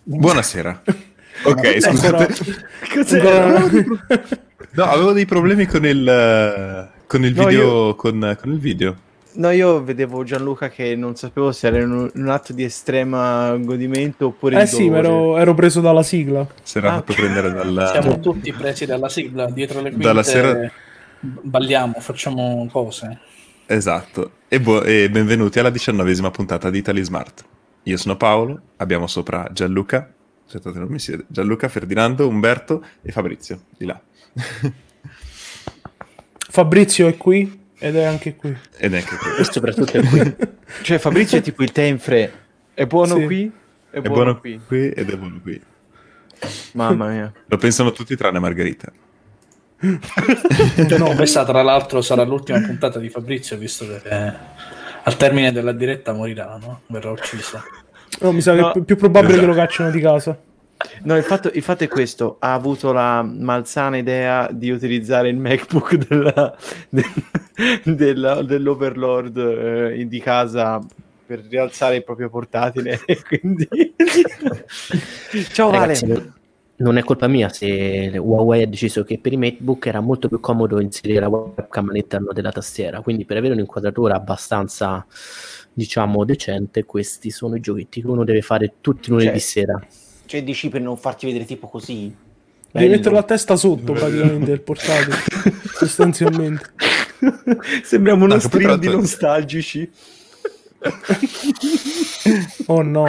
Buonasera. Ok, scusate. No, avevo dei problemi con il video. Con il video. No, io vedevo Gianluca che non sapevo se era un atto di estrema godimento oppure di sì, dolore. ero preso dalla sigla. Si era fatto prendere dalla... Siamo tutti presi dalla sigla, dietro le quinte dalla sera... balliamo, facciamo cose. Esatto. E benvenuti alla 19ª puntata di Italy Smart. Io sono Paolo, abbiamo sopra Gianluca, aspettate, non mi siete, Gianluca, Ferdinando, Umberto e Fabrizio, di là. Fabrizio è qui ed è anche qui. Ed è anche qui. E soprattutto è qui. Cioè Fabrizio è tipo il Tenfre, è buono qui, è buono qui ed è buono qui. Mamma mia. Lo pensano tutti tranne Margherita. No, questa tra l'altro sarà l'ultima puntata di Fabrizio, visto che al termine della diretta morirà, no? Verrà ucciso. No, mi sa che è più probabile che lo cacciano di casa. No, il fatto è questo: ha avuto la malsana idea di utilizzare il MacBook dell'Overlord di casa per rialzare il proprio portatile. Quindi ciao Ragazzi, Vale. non è colpa mia se Huawei ha deciso che per i MacBook era molto più comodo inserire la webcam all'interno della tastiera, quindi per avere un'inquadratura abbastanza, diciamo, decente, questi sono i giochetti che uno deve fare tutti i lunedì sera. Cioè dici per non farti vedere tipo così? Devi mettere la testa sotto praticamente il portatile, sostanzialmente. Sembriamo uno stream di nostalgici. Oh no.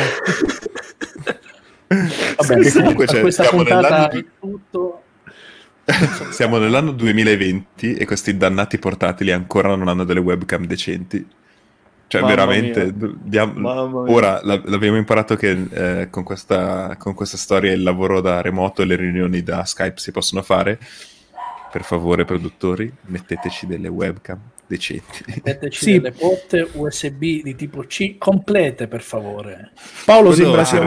Vabbè, comunque questa puntata è tutto. Siamo nell'anno 2020 e questi dannati portatili ancora non hanno delle webcam decenti. Cioè Mamma veramente ora l'abbiamo imparato che con questa storia il lavoro da remoto e le riunioni da Skype si possono fare. Per favore produttori, metteteci delle webcam decenti. Metteteci delle porte USB di tipo C complete, per favore. Paolo sembra sia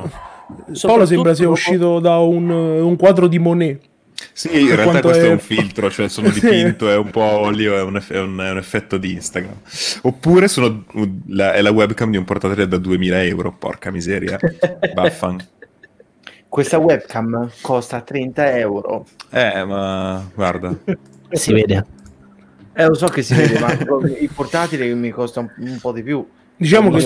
uscito da un quadro di Monet. Sì, in realtà questo è un filtro, cioè sono dipinto, è un po' olio, è un effetto di Instagram. Oppure è la webcam di un portatile da 2000 euro, porca miseria. Baffan. Questa webcam costa 30 euro. Ma guarda. Si vede. Lo so che si vede, ma il portatile mi costa un po' di più. Diciamo che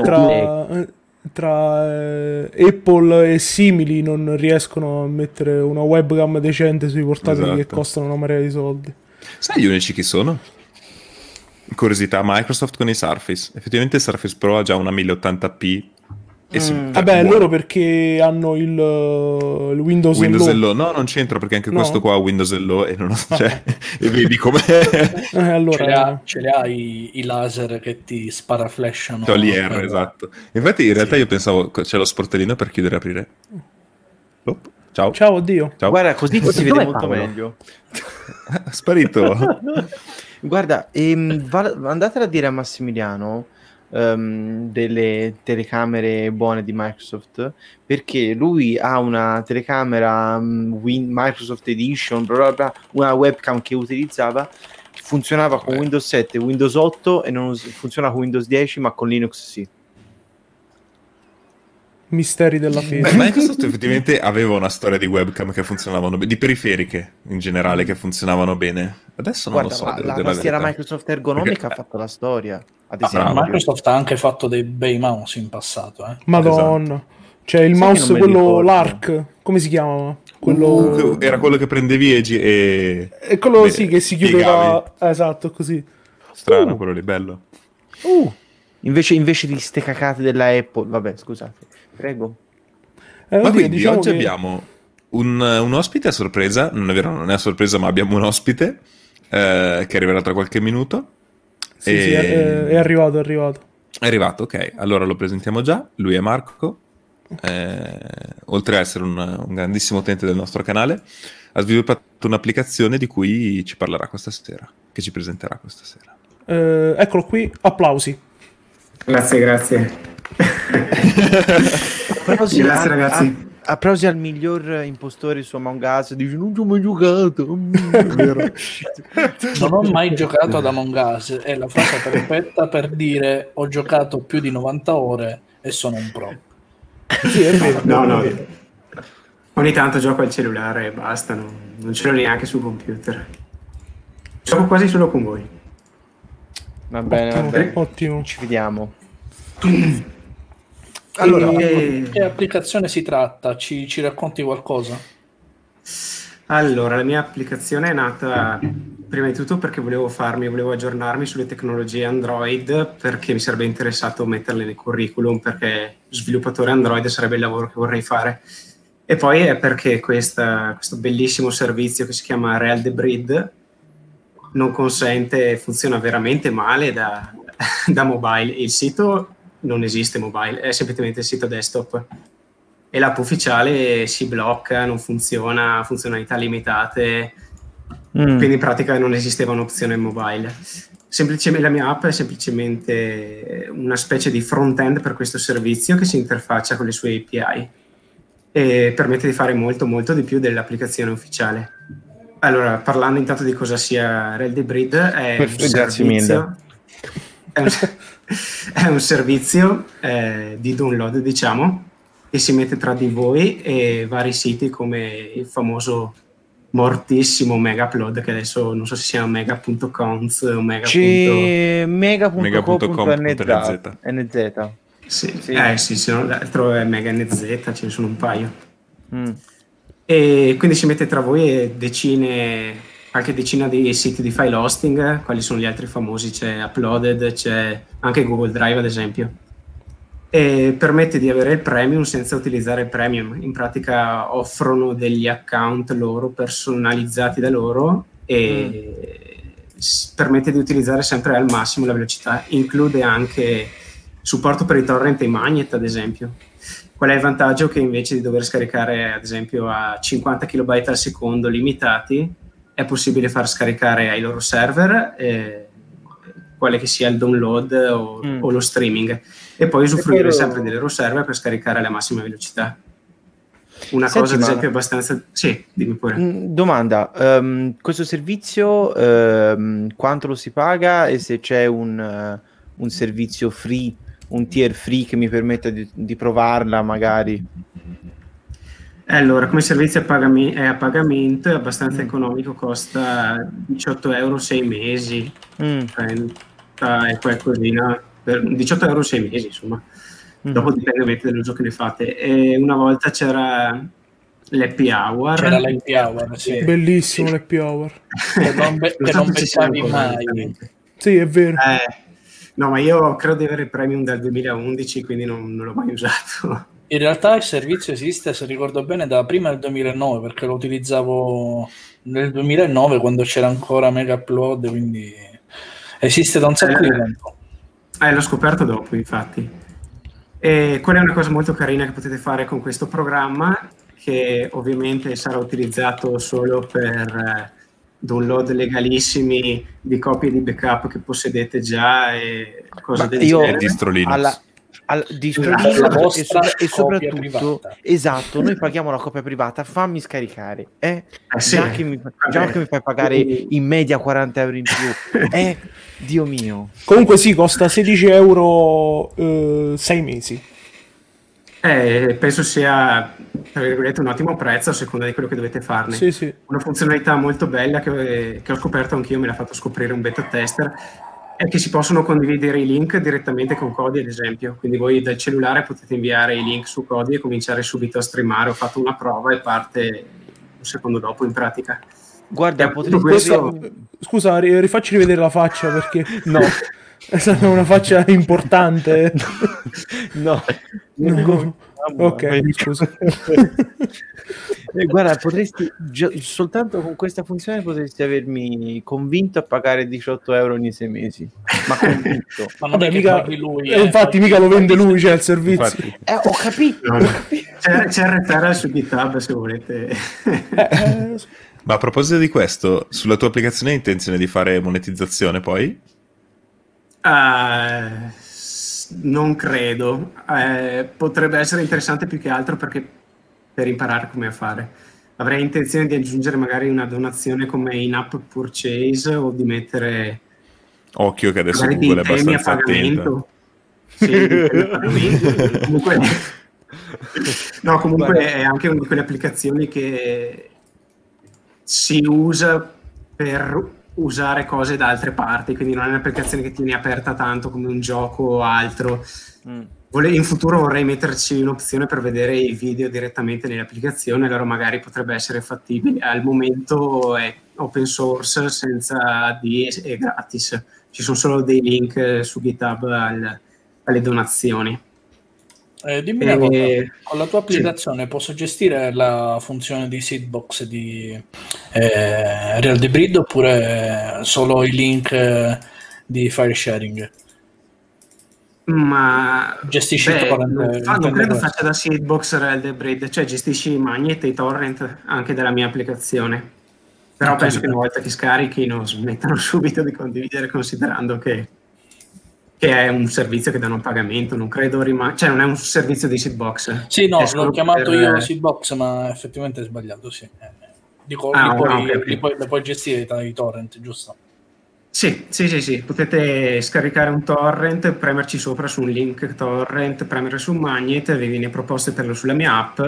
tra Apple e simili non riescono a mettere una webcam decente sui portatili che costano una marea di soldi. Sai gli unici chi sono? Curiosità, Microsoft con i Surface. Effettivamente il Surface Pro ha già una 1080p. Vabbè, loro perché hanno il Windows Low. No, non c'entra perché anche questo qua ha Windows Low e non cioè, e vedi com'è. Allora ce li ha i laser che ti sparaflashano. L'IR, esatto. Infatti in realtà io pensavo c'è lo sportellino per chiudere e aprire. Ciao. Ciao, addio. Ciao. Guarda, così si vede molto meglio. È sparito. Guarda, andatela a dire a Massimiliano delle telecamere buone di Microsoft, perché lui ha una telecamera Microsoft Edition, bla bla, una webcam che utilizzava, funzionava con Windows 7, Windows 8 e non funziona con Windows 10, ma con Linux sì. Misteri della fede. Microsoft effettivamente aveva una storia di webcam che funzionavano bene, di periferiche in generale che funzionavano bene. Adesso non lo so. La tastiera Microsoft ergonomica ha fatto la storia. Ad esempio. Microsoft ha anche fatto dei bei mouse in passato. Madonna. Esatto. Cioè il mouse, quello l'ARC, come si chiama? Quello... era quello che prendevi e quello sì che si chiudeva. Esatto, così. Strano, quello lì, bello. Invece di ste cacate della Apple, vabbè, scusate, prego. Ma quindi diciamo oggi abbiamo un ospite a sorpresa, non è vero, non è a sorpresa, ma abbiamo un ospite che arriverà tra qualche minuto. Sì, è arrivato. È arrivato, ok. Allora lo presentiamo già, lui è Marco, oltre a essere un grandissimo utente del nostro canale, ha sviluppato un'applicazione di cui ci parlerà questa sera, che ci presenterà questa sera. Eccolo qui, applausi. Grazie. Grazie ragazzi. Applausi al miglior impostore su Among Us. Dice non ci ho mai giocato. Non ho mai giocato ad Among Us. È la frase perfetta per dire ho giocato più di 90 ore e sono un pro. Sì, è vero. No. Ogni tanto gioco al cellulare e basta, non ce l'ho neanche sul computer. Gioco quasi solo con voi. Va bene, Ottimo. ci fidiamo. Allora, che applicazione si tratta? Ci racconti qualcosa? Allora, la mia applicazione è nata prima di tutto perché volevo aggiornarmi sulle tecnologie Android, perché mi sarebbe interessato metterle nel curriculum, perché sviluppatore Android sarebbe il lavoro che vorrei fare. E poi è perché questo bellissimo servizio che si chiama Real the Breed non consente, funziona veramente male da mobile. Il sito non esiste mobile, è semplicemente il sito desktop. E l'app ufficiale si blocca, non funziona, funzionalità limitate, quindi in pratica non esisteva un'opzione mobile. La mia app è semplicemente una specie di front-end per questo servizio che si interfaccia con le sue API e permette di fare molto molto di più dell'applicazione ufficiale. Allora, parlando intanto di cosa sia Real the Breed, è un servizio di download, diciamo, che si mette tra di voi e vari siti come il famoso mortissimo Megaupload, che adesso non so se si chiama mega.conz o mega.com.nz. Sì, se no l'altro è Mega NZ, ce ne sono un paio. E quindi si mette tra voi e qualche decina di siti di file hosting. Quali sono gli altri famosi? C'è Uploaded, c'è anche Google Drive ad esempio, e permette di avere il premium senza utilizzare il premium. In pratica offrono degli account loro personalizzati da loro e permette di utilizzare sempre al massimo la velocità. Include anche supporto per i torrent e i magnet ad esempio. Qual è il vantaggio? Che invece di dover scaricare ad esempio a 50 kB al secondo limitati, è possibile far scaricare ai loro server quale che sia il download o lo streaming, e poi usufruire sempre dei loro server per scaricare alla massima velocità. Cosa ad esempio abbastanza... Sì, dimmi pure. Domanda, questo servizio quanto lo si paga, e se c'è un servizio free, un tier free che mi permetta di provarla magari? Allora, come servizio è a pagamento, è abbastanza economico, costa 18 euro 6 mesi, 30 e qualcosina, per 18 euro 6 mesi, insomma. Dopo dipende ovviamente dall'uso che ne fate. E una volta c'era l'happy hour. C'era l'happy hour, sì. Bellissimo l'happy hour. Che non beccavi mai. Sì, è vero. No, ma io credo di avere il premium dal 2011, quindi non l'ho mai usato. In realtà il servizio esiste, se ricordo bene, da prima del 2009, perché lo utilizzavo nel 2009 quando c'era ancora Megaupload, quindi esiste da un sacco di tempo. L'ho scoperto dopo, infatti. E quella è una cosa molto carina che potete fare con questo programma, che ovviamente sarà utilizzato solo per download legalissimi di copie di backup che possedete già e cose del genere. Distro Linux. Distro Linux e soprattutto esatto, noi paghiamo la copia privata, fammi scaricare sì. già che mi fai pagare in media 40 euro in più, Dio mio. Comunque sì, costa 16 euro 6 mesi. Penso sia, tra virgolette, un ottimo prezzo a seconda di quello che dovete farne. Sì. Una funzionalità molto bella che ho scoperto anch'io, me l'ha fatto scoprire un beta tester, è che si possono condividere i link direttamente con Kodi, ad esempio. Quindi voi dal cellulare potete inviare i link su Kodi e cominciare subito a streamare. Ho fatto una prova e parte un secondo dopo in pratica. Guarda, scusa, rifacci rivedere la faccia perché no, è stata una faccia importante. No. Ok, scusa. Guarda, potresti soltanto con questa funzione potresti avermi convinto a pagare 18 euro ogni 6 mesi. Ma convinto. Ma non è mica lui, infatti mica lo vende lui, c'è il servizio. Ho capito. C'è RTR su GitHub se volete. Ma a proposito di questo, sulla tua applicazione hai intenzione di fare monetizzazione poi? Non credo. Potrebbe essere interessante più che altro perché per imparare come fare. Avrei intenzione di aggiungere magari una donazione come in-app purchase o di mettere... Occhio che adesso Google è abbastanza attenta. Sì, a pagamento. Comunque No, comunque è anche una di quelle applicazioni che si usa per usare cose da altre parti, quindi non è un'applicazione che tieni aperta tanto come un gioco o altro. In futuro vorrei metterci un'opzione per vedere i video direttamente nell'applicazione, allora magari potrebbe essere fattibile. Al momento è open source, senza AD e gratis. Ci sono solo dei link su GitHub alle donazioni. Dimmi una cosa, con la tua applicazione posso gestire la funzione di seedbox di Real Hybrid oppure solo i link di file sharing? Ma gestisci torrent? Non credo faccia da seedbox Real Hybrid, cioè gestisci i magnet e i torrent anche della mia applicazione. Però penso che una volta che scarichino smettano subito di condividere, considerando che è un servizio che danno a pagamento, non credo cioè non è un servizio di seedbox. Sì, no, l'ho chiamato io seedbox, ma effettivamente è sbagliato, sì. Dico, li puoi gestire i torrent, giusto? Sì, potete scaricare un torrent, premerci sopra su un link torrent, premere su un magnet, vi viene proposto sulla mia app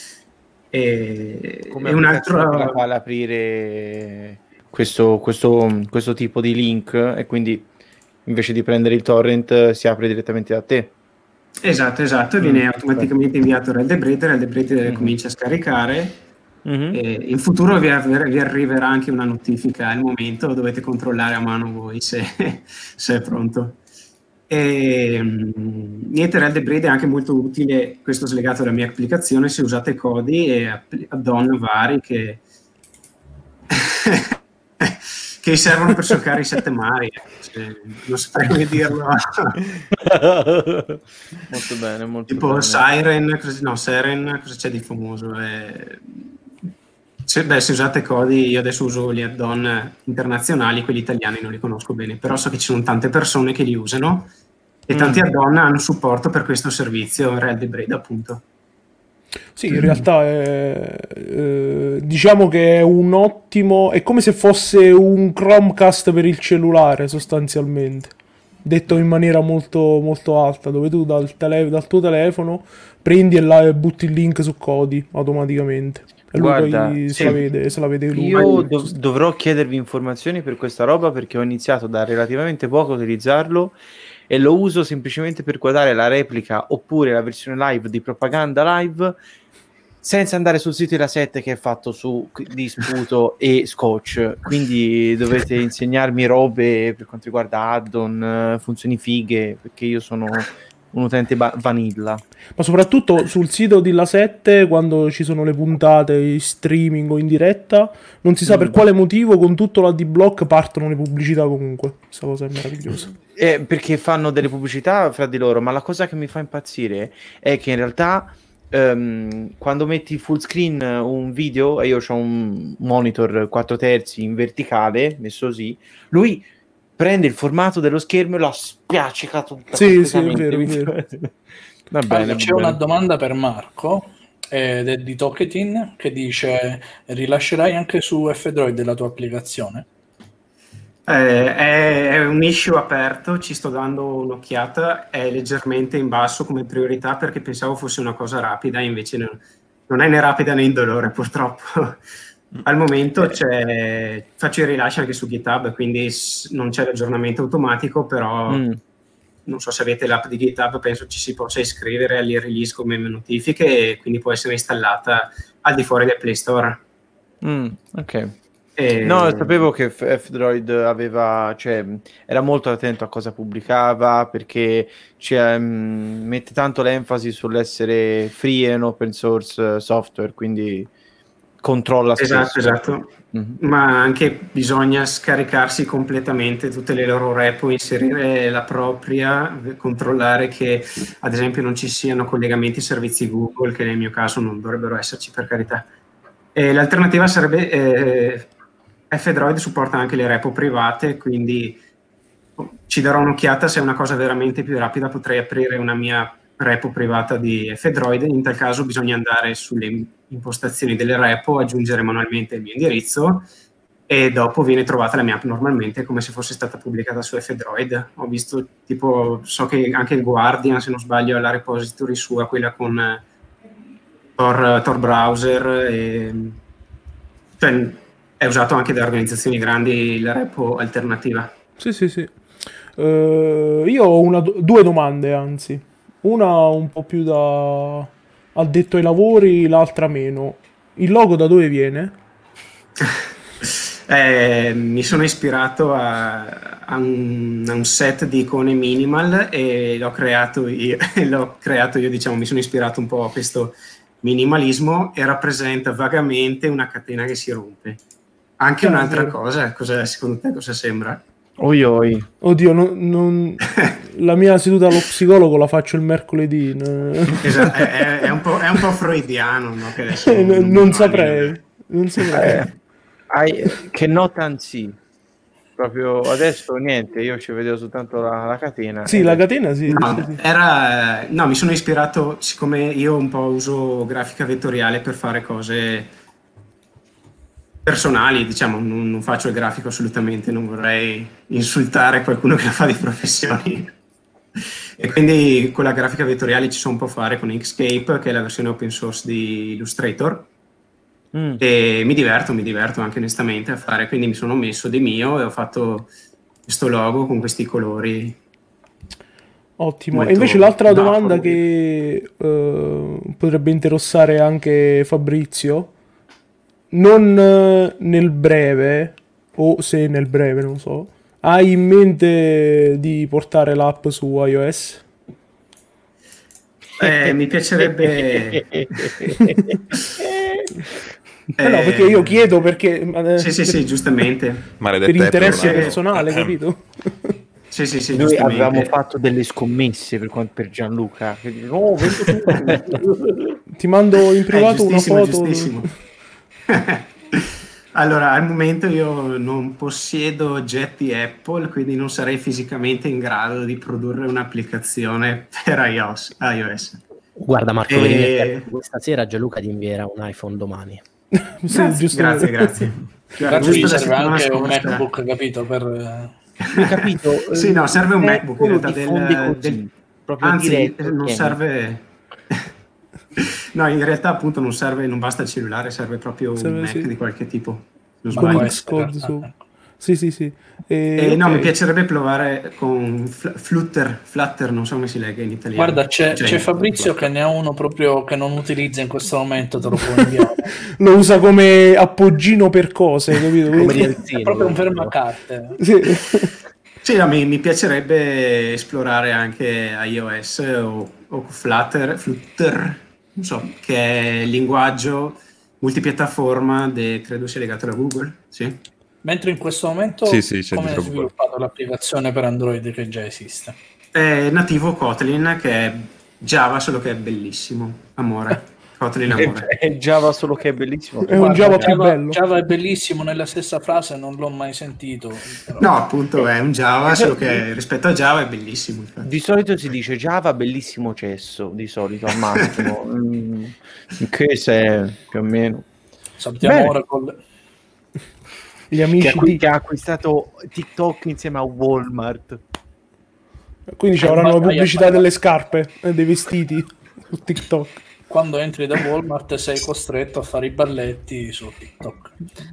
e un altro per aprire questo tipo di link, e quindi invece di prendere il torrent si apre direttamente da te. Esatto, viene automaticamente inviato Real Hybrid comincia a scaricare. E in futuro vi arriverà anche una notifica, al momento lo dovete controllare a mano voi se è pronto. E niente, Real Hybrid è anche molto utile, questo slegato alla mia applicazione, se usate Kodi e add-on vari che che servono per cercare i 7 mari, non saprei come dirlo. Molto bene, tipo bene. Seren, cosa c'è di famoso? Se usate Kodi, io adesso uso gli add-on internazionali, quelli italiani non li conosco bene, però so che ci sono tante persone che li usano e tanti add-on hanno supporto per questo servizio Real Hybrid, appunto. Sì, in realtà diciamo che è un ottimo, è come se fosse un Chromecast per il cellulare sostanzialmente, detto in maniera molto, molto alta, dove tu dal tuo telefono prendi e butti il link su Kodi automaticamente. E guarda, lui poi se la vede lui. Io dovrò chiedervi informazioni per questa roba, perché ho iniziato da relativamente poco a utilizzarlo e lo uso semplicemente per guardare la replica oppure la versione live di Propaganda Live senza andare sul sito della 7 che è fatto su Disputo e Scotch, quindi dovete insegnarmi robe per quanto riguarda add-on, funzioni fighe, perché io sono un utente vanilla. Ma soprattutto sul sito di La 7, quando ci sono le puntate in streaming o in diretta, non si sa per quale motivo con tutto l'AD-block partono le pubblicità comunque. Questa cosa è meravigliosa. Perché fanno delle pubblicità fra di loro, ma la cosa che mi fa impazzire è che in realtà quando metti full screen un video, e io ho un monitor 4/3 in verticale messo così, lui prende il formato dello schermo e lo spiaccica tutto. Sì, è vero. Va bene, c'è una domanda per Marco ed è di Toketin che dice: rilascerai anche su F-Droid la tua applicazione? È un issue aperto, ci sto dando un'occhiata, è leggermente in basso come priorità perché pensavo fosse una cosa rapida, invece non è né rapida né indolore purtroppo. Al momento faccio i rilasci anche su GitHub, quindi non c'è l'aggiornamento automatico, però non so se avete l'app di GitHub, penso ci si possa iscrivere alle release come notifiche e quindi può essere installata al di fuori del Play Store. Ok. No, sapevo che F-Droid era molto attento a cosa pubblicava, perché mette tanto l'enfasi sull'essere free and open source software, quindi controlla spesso. Esatto. Ma anche bisogna scaricarsi completamente tutte le loro repo, inserire la propria, controllare che ad esempio non ci siano collegamenti ai servizi Google, che nel mio caso non dovrebbero esserci, per carità. L'alternativa sarebbe F-Droid supporta anche le repo private, quindi ci darò un'occhiata. Se è una cosa veramente più rapida potrei aprire una mia repo privata di F-Droid. In tal caso bisogna andare sulle impostazioni delle repo, aggiungere manualmente il mio indirizzo e dopo viene trovata la mia app normalmente come se fosse stata pubblicata su F-Droid. Ho visto so che anche il Guardian, se non sbaglio, ha la repository sua, quella con Tor browser, cioè è usato anche da organizzazioni grandi la repo alternativa. Sì. Io ho due domande, anzi. Una un po' più da addetto ai lavori, l'altra meno. Il logo da dove viene? Mi sono ispirato a un set di icone minimal e l'ho creato io, diciamo, mi sono ispirato un po' a questo minimalismo e rappresenta vagamente una catena che si rompe. Anche un'altra cosa, secondo te cosa sembra? Oi. Oddio, la mia seduta allo psicologo la faccio il mercoledì. Esatto, è un po' freudiano, no? Che adesso non saprei. Che nota anzi. Proprio adesso niente, io ci vedevo soltanto la catena. Sì, la catena sì. No, mi sono ispirato, siccome io un po' uso grafica vettoriale per fare cose personali, diciamo, non faccio il grafico assolutamente, non vorrei insultare qualcuno che la fa di professioni. E quindi con la grafica vettoriale ci so un po' fare con Inkscape, che è la versione open source di Illustrator. E mi diverto anche onestamente a fare, quindi mi sono messo di mio e ho fatto questo logo con questi colori. Ottimo. E invece l'altra domanda che potrebbe interessare anche Fabrizio, non nel breve, o se nel breve, non so, hai in mente di portare l'app su iOS? Mi piacerebbe... No, perché io chiedo perché... Sì, giustamente. Per interesse personale, capito? Sì, noi avevamo fatto delle scommesse per Gianluca. No, ti mando in privato una foto. Giustissimo. Allora, al momento io non possiedo oggetti Apple, quindi non sarei fisicamente in grado di produrre un'applicazione per iOS. Guarda Marco, questa sera Gianluca ti invierà un iPhone domani. Grazie. Ci serve anche un MacBook, capito? Capito? Sì, no, serve un MacBook in realtà anzi, non serve. No, in realtà appunto non basta il cellulare, serve proprio un Mac di qualche tipo. Sì. No, mi piacerebbe provare con Flutter, non so come si legge in italiano. Guarda, c'è Fabrizio che ne ha uno proprio che non utilizza in questo momento, te lo può inviare. Lo usa come appoggino per cose, capito? È proprio un fermacarte. Sì, no, mi piacerebbe esplorare anche iOS o Flutter, non so, che è il linguaggio multipiattaforma, credo sia legato alla Google, sì. Mentre in questo momento come hai sviluppato l'applicazione per Android che già esiste? È nativo Kotlin, che è Java, solo che è bellissimo, amore. Kotlin amore. È Java solo che è bellissimo. È un Java più bello. Java è bellissimo nella stessa frase, non l'ho mai sentito. Però. No, appunto è un Java, solo che rispetto a Java è bellissimo. Infatti. Di solito si dice Java bellissimo cesso, di solito al massimo. Che se più o meno. Salutiamo Oracle. Gli amici che ha acquistato TikTok insieme a Walmart. Quindi ci avranno la pubblicità delle scarpe e dei vestiti su TikTok. Quando entri da Walmart sei costretto a fare i balletti su TikTok.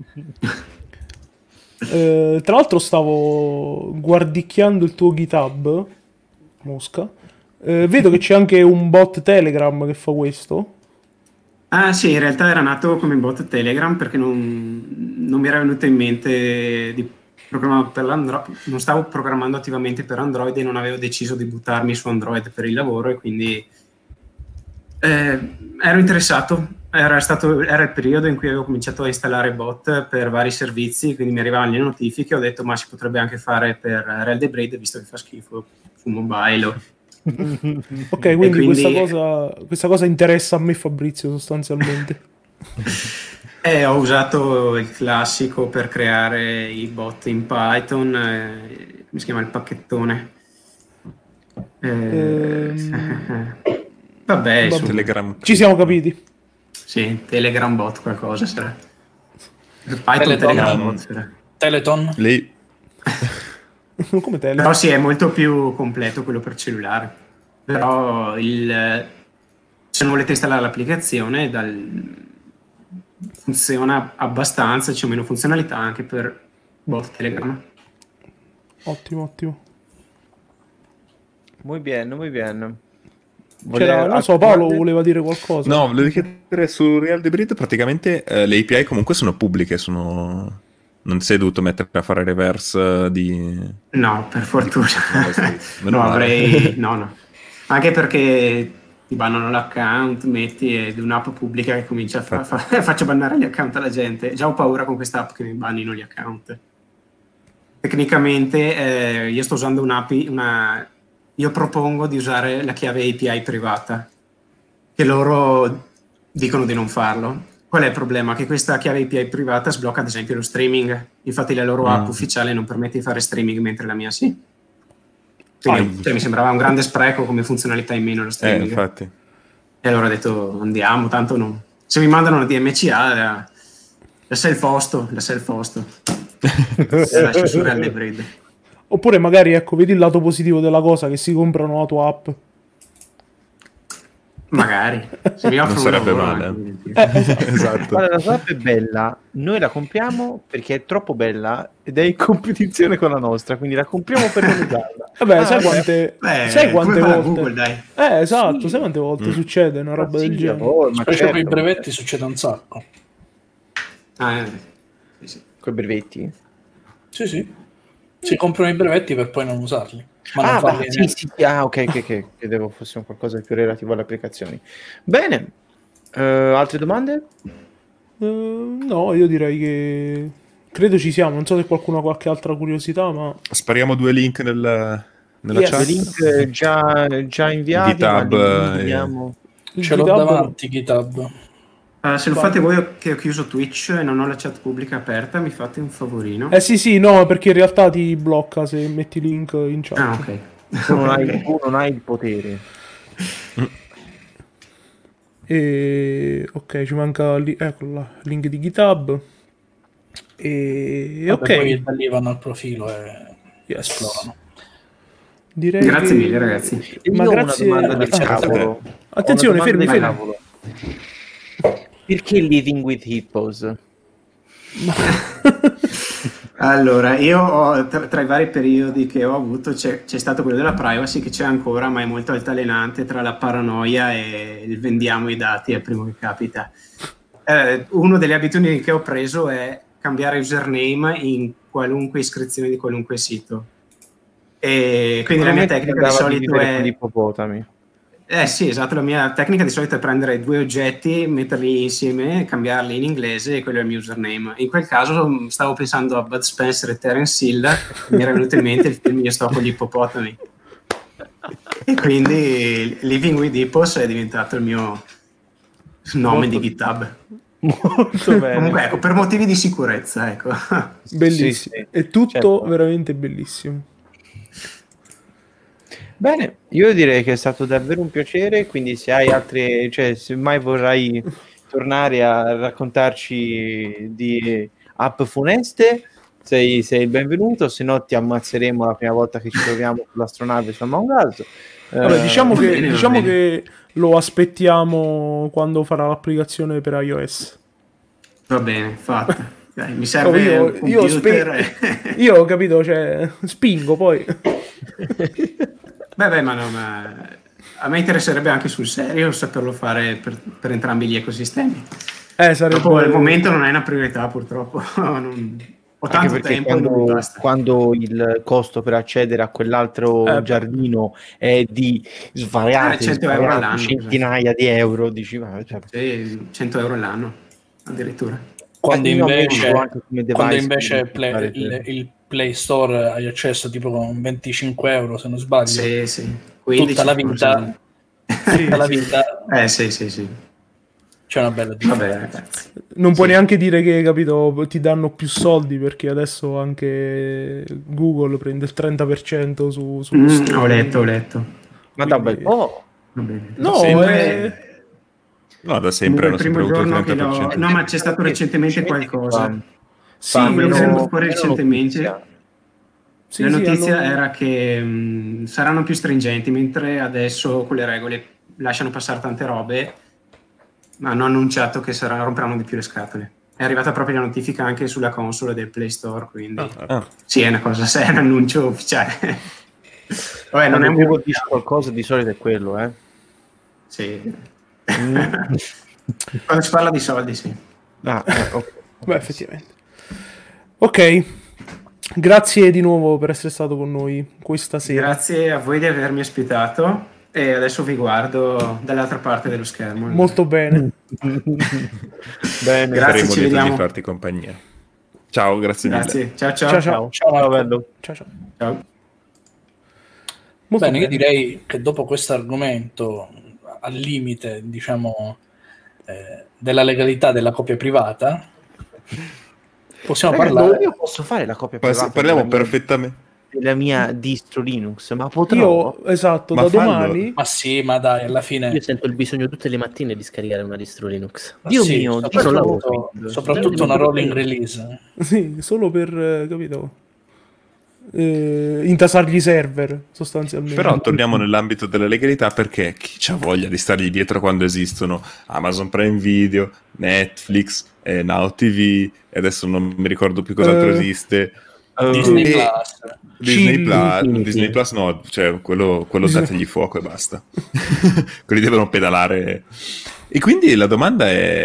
Tra l'altro stavo guardicchiando il tuo GitHub, Mosca. Vedo che c'è anche un bot Telegram che fa questo. Ah sì, in realtà era nato come bot Telegram perché non mi era venuto in mente di programmare per l'Android, non stavo programmando attivamente per Android e non avevo deciso di buttarmi su Android per il lavoro e quindi ero interessato, era il periodo in cui avevo cominciato a installare bot per vari servizi, quindi mi arrivavano le notifiche, ho detto ma si potrebbe anche fare per Railsbraid visto che fa schifo su mobile. Ok, quindi questa cosa interessa a me, Fabrizio, sostanzialmente. Ho usato il classico per creare i bot in Python, come si chiama il pacchettone? Vabbè, Telegram. Ci siamo capiti. Sì, Telegram bot qualcosa sarà. Python Telegram bot sarà. Teleton? Lei... Come Telegram. Però sì, è molto più completo quello per cellulare. Però ci Se non volete installare l'applicazione, funziona abbastanza, c'è meno funzionalità anche per bot Telegram. Ottimo. Muy bien. Non so, Paolo voleva dire qualcosa. No, volevo chiedere su Real Hybrid, praticamente le API comunque sono pubbliche, non sei dovuto mettere a fare reverse di... No, per fortuna. Meno male. No. Anche perché ti bannano l'account, metti ed è un'app pubblica che comincia a faccio bannare gli account alla gente. Già ho paura con questa app che mi bannino gli account. Tecnicamente io sto usando io propongo di usare la chiave API privata, che loro dicono di non farlo. Qual è il problema? Che questa chiave API privata sblocca ad esempio lo streaming, infatti la loro app ufficiale non permette di fare streaming mentre la mia sì. Quindi, mi sembrava un grande spreco come funzionalità in meno lo streaming. Infatti. E allora ho detto andiamo, tanto no. Se mi mandano una DMCA la self-hosto. Lascio su Real Hybrid. Oppure magari, ecco, vedi il lato positivo della cosa, che si comprano la tua app. Magari. Se mi offrono non sarebbe lavoro, male. Esatto. Allora, la tua app è bella, noi la compriamo perché è troppo bella ed è in competizione con la nostra, quindi la compriamo per non usarla. Vabbè, sai quante volte? Google, dai. Esatto, sai quante volte succede una roba del genere? Specie con i brevetti succede un sacco. Sì. Con i brevetti? Sì. Si comprano i brevetti per poi non usarli. Ma non sì. Ok. Credevo fosse qualcosa di più relativo alle applicazioni. Bene. Altre domande? No, io direi che credo ci siamo. Non so se qualcuno ha qualche altra curiosità, ma spariamo 2 link nella chat. Link già inviati. GitHub. Ce l'ho davanti GitHub. Se lo fate voi che ho chiuso Twitch e non ho la chat pubblica aperta, mi fate un favorino? Sì, no, perché in realtà ti blocca se metti link in chat. Ok. Tu non hai il potere. Ok, ci manca eccolo là, link di GitHub. Ok. Poi da lì vanno al profilo e esplorano. Direi grazie mille ragazzi. Ma grazie. Una domanda del cavolo. Attenzione, fermi. Perché Living with Hippos? Allora, io ho, tra i vari periodi che ho avuto c'è stato quello della privacy, che c'è ancora, ma è molto altalenante tra la paranoia e il vendiamo i dati al primo che capita. Una delle abitudini che ho preso è cambiare username in qualunque iscrizione di qualunque sito. E quindi la mia tecnica di solito è... con gli ippopotami. Sì, esatto, la mia tecnica di solito è prendere 2 oggetti, metterli insieme, cambiarli in inglese e quello è il mio username. In quel caso stavo pensando a Bud Spencer e Terence Hill, mi era venuto in mente il film Io sto con gli ippopotami. E quindi Living with Hippos è diventato il mio nome di GitHub. Molto bene. Comunque, ecco, per motivi di sicurezza, ecco. Bellissimo. Sì. È tutto certo. Veramente bellissimo. Bene, io direi che è stato davvero un piacere, quindi se hai altre, se mai vorrai tornare a raccontarci di app funeste, sei il benvenuto, se no ti ammazzeremo la prima volta che ci troviamo sull'astronave su Among Us. Vabbè, diciamo che lo aspettiamo quando farà l'applicazione per iOS. Va bene, fatta. Dai, mi serve un computer. Io ho capito, spingo poi. Beh, ma a me interesserebbe anche sul serio saperlo fare per entrambi gli ecosistemi. Dopo al momento non è una priorità, purtroppo. Ho tanto tempo e non mi basta. Quando il costo per accedere a quell'altro giardino è di svariati 100 euro all'anno, centinaia di euro, dici, sì, 100 euro all'anno addirittura. Quando invece il Play Store hai accesso tipo con 25 euro, se non sbaglio. Sì. Tutta la vita. Tutta la vita. Sì. C'è una bella differenza. Vabbè, ragazzi. Non puoi neanche dire che, capito, ti danno più soldi, perché adesso anche Google prende il 30% su ho letto. Ma da bel po'. No, da sempre hanno sempre avuto il 30%. No, ma c'è stato recentemente qualcosa. Recentemente. La notizia era che saranno più stringenti, mentre adesso con le regole lasciano passare tante robe, ma hanno annunciato che romperanno di più le scatole. È arrivata proprio la notifica anche sulla console del Play Store, quindi sì, è una cosa, se è un annuncio ufficiale. Vabbè, non è un Google dice qualcosa, di solito è quello, Sì. Quando si parla di soldi, sì. Okay. Beh, effettivamente. Ok, grazie di nuovo per essere stato con noi questa sera. Grazie a voi di avermi ospitato e adesso vi guardo dall'altra parte dello schermo. Molto bene. Bene, grazie, Saremo ci lieti di vediamo. farti compagnia. Ciao, grazie mille. Grazie, ciao. Ciao, bello. Ciao. Molto Bene, io direi che dopo questo argomento al limite, diciamo, della legalità della copia privata, possiamo parlare. Io posso fare la copia privata Parliamo perfettamente. della mia distro Linux, ma potrò? Io, esatto, Ma da fallo. domani... Ma sì, ma dai, alla fine. Io sento il bisogno tutte le mattine di scaricare una distro Linux. Dio sì, mio, soprattutto una rolling release. Sì, solo per, capito, intasargli i server, sostanzialmente. Però torniamo nell'ambito della legalità, perché chi c'ha voglia di stargli dietro quando esistono Amazon Prime Video, Netflix, Now TV, e adesso non mi ricordo più cos'altro esiste. Disney e- Plus. Disney Plus no, cioè quello dategli fuoco e basta. Quelli devono pedalare. E quindi la domanda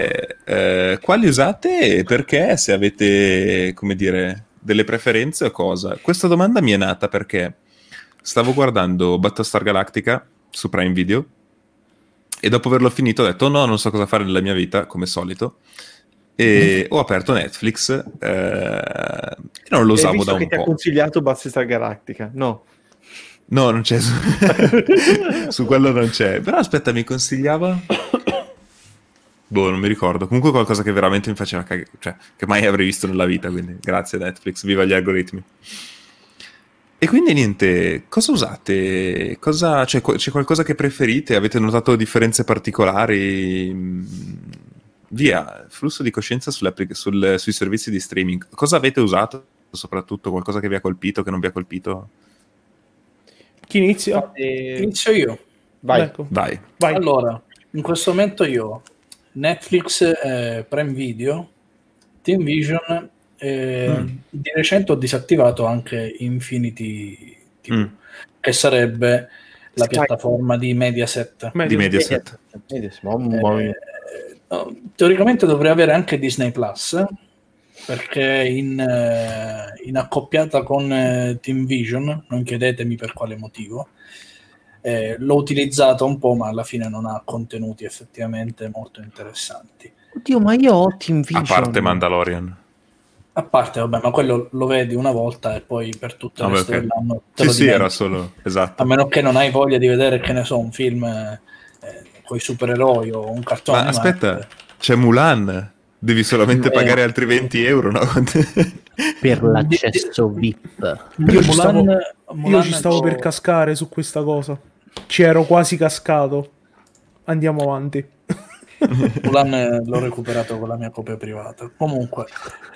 è quali usate e perché, se avete, come dire, delle preferenze o cosa. Questa domanda mi è nata perché stavo guardando Battlestar Galactica su Prime Video e dopo averlo finito ho detto no, non so cosa fare nella mia vita, come solito, e ho aperto Netflix e non lo usavo da un che ti ha po'. consigliato Battlestar Galactica? No. No, non c'è. Su quello non c'è. Però aspetta, mi consigliava? Boh, non mi ricordo. Comunque qualcosa che veramente mi faceva cagare, cioè, che mai avrei visto nella vita, quindi grazie Netflix, viva gli algoritmi. E quindi niente, cosa usate? C'è qualcosa che preferite? Avete notato differenze particolari? Via, flusso di coscienza sui servizi di streaming. Cosa avete usato? Soprattutto qualcosa che vi ha colpito, che non vi ha colpito? Chi inizia? Inizio io. Vai. Ecco. Vai. Allora, in questo momento io Netflix, Prime Video, Team Vision, di recente ho disattivato anche Infinity TV, che sarebbe la piattaforma di Mediaset. Di Mediaset. Teoricamente dovrei avere anche Disney Plus, perché in accoppiata con Team Vision, non chiedetemi per quale motivo, l'ho utilizzato un po', ma alla fine non ha contenuti effettivamente molto interessanti. Oddio, ma io ho Team Vision. A parte Mandalorian. A parte, vabbè, ma quello lo vedi una volta e poi per tutto il resto dell'anno te lo sì, era solo, esatto. A meno che non hai voglia di vedere, che ne so, un film con i supereroi o un cartone. Ma aspetta, c'è Mulan, devi solamente pagare altri 20 euro, no? Per l'accesso VIP. Io ci stavo per cascare su questa cosa. Ci ero quasi cascato. Andiamo avanti. Mulan l'ho recuperato con la mia copia privata. Comunque,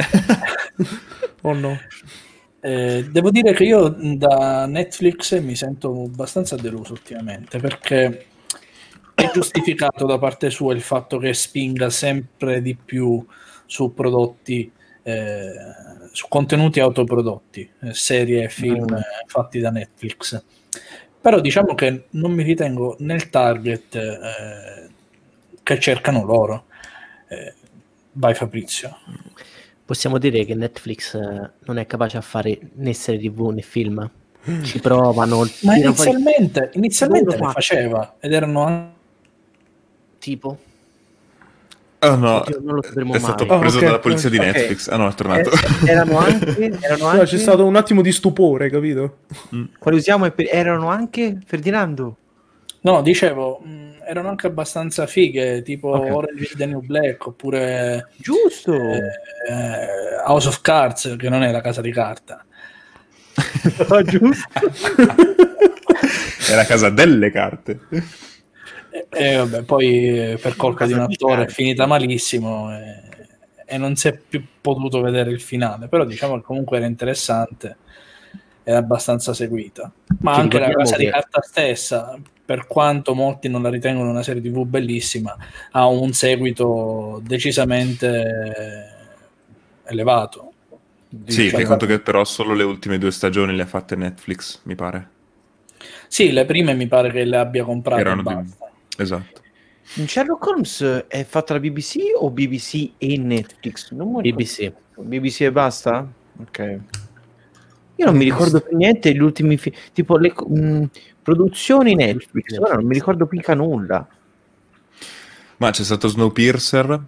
oh no. Devo dire che io da Netflix mi sento abbastanza deluso ultimamente, perché è giustificato da parte sua il fatto che spinga sempre di più su prodotti, su contenuti autoprodotti, serie e film fatti da Netflix. Però diciamo che non mi ritengo nel target che cercano loro. Vai Fabrizio. Possiamo dire che Netflix non è capace a fare né serie TV né film. Ci provano. Ma inizialmente le faceva ed erano tipo. Oh no, oddio, non lo sapremo è stato preso dalla polizia di Netflix. Ah no, è tornato. Erano anche no, c'è stato un attimo di stupore, capito? Quali usiamo? Erano anche Ferdinando. No, dicevo, erano anche abbastanza fighe, tipo Orange is the New Black, oppure giusto House of Cards, che non è la casa di carta. Giusto. È la casa delle carte. E vabbè, poi per colpa di un attore è finita malissimo e non si è più potuto vedere il finale, però diciamo che comunque era interessante, era abbastanza seguita. Ma anche la casa di carta stessa, per quanto molti non la ritengono una serie TV bellissima, ha un seguito decisamente elevato. Sì, fai conto che però solo le ultime 2 stagioni le ha fatte Netflix, mi pare. Sì, le prime mi pare che le abbia comprate e basta. Esatto. Sherlock Holmes è fatta da BBC o BBC e Netflix? Non mi ricordo. BBC e basta? Ok. Io non mi ricordo più niente degli ultimi tipo le produzioni Netflix, ora non mi ricordo mica nulla. Ma c'è stato Snowpiercer,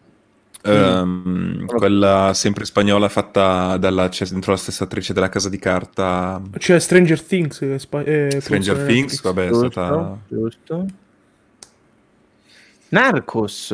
quella sempre spagnola fatta c'è dentro la stessa attrice della Casa di Carta. C'è Stranger Things. Stranger Things, vabbè, è stata... Giusto. Narcos.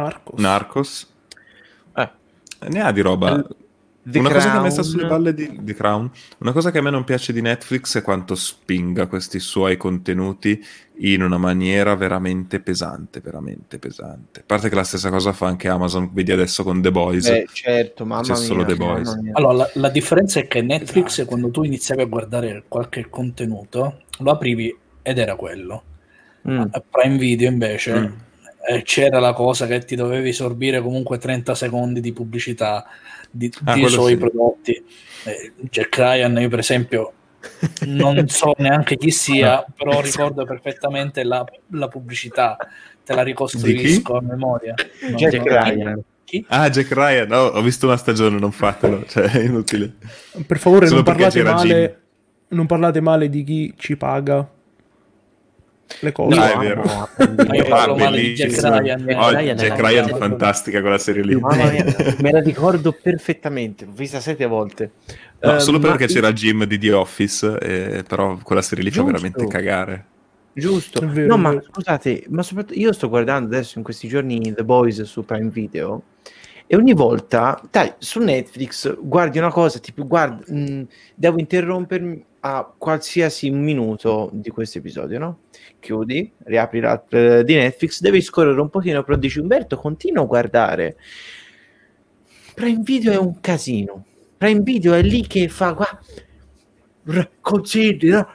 Ne ha di roba. Una cosa che a me sta sulle balle di Crown, una cosa che a me non piace di Netflix è quanto spinga questi suoi contenuti in una maniera veramente pesante. A parte che la stessa cosa fa anche Amazon, vedi adesso con The Boys. Certo, mamma c'è mia, solo The Boys. Allora, la differenza è che Netflix, quando tu iniziavi a guardare qualche contenuto, lo aprivi ed era quello. A Prime Video invece c'era la cosa che ti dovevi sorbire comunque 30 secondi di pubblicità di suoi prodotti. Jack Ryan, io per esempio non so neanche chi sia, però ricordo perfettamente la pubblicità, te la ricostruisco a memoria. Jack Ryan. Chi? Ah, Jack Ryan, no, ho visto una stagione, non fatelo, cioè è inutile. Per favore Solo non parlate male di chi ci paga le cose. No, è vero. Io parlo male di Jack Ryan. Jack Ryan è fantastica quella serie lì. Mamma mia, me la ricordo perfettamente, l'ho vista 7 volte. No, solo perché c'era Jim di The Office, però quella serie lì fa veramente cagare. Giusto. Vero, no, vero. ma scusate, ma soprattutto io sto guardando adesso in questi giorni The Boys su Prime Video e ogni volta, dai, su Netflix guardi una cosa, tipo devo interrompermi a qualsiasi minuto di questo episodio, no? Chiudi, riapri l'app di Netflix, devi scorrere un pochino, però dici Umberto, continua a guardare. Prime Video è un casino. Prime Video è lì che fa consigli, no?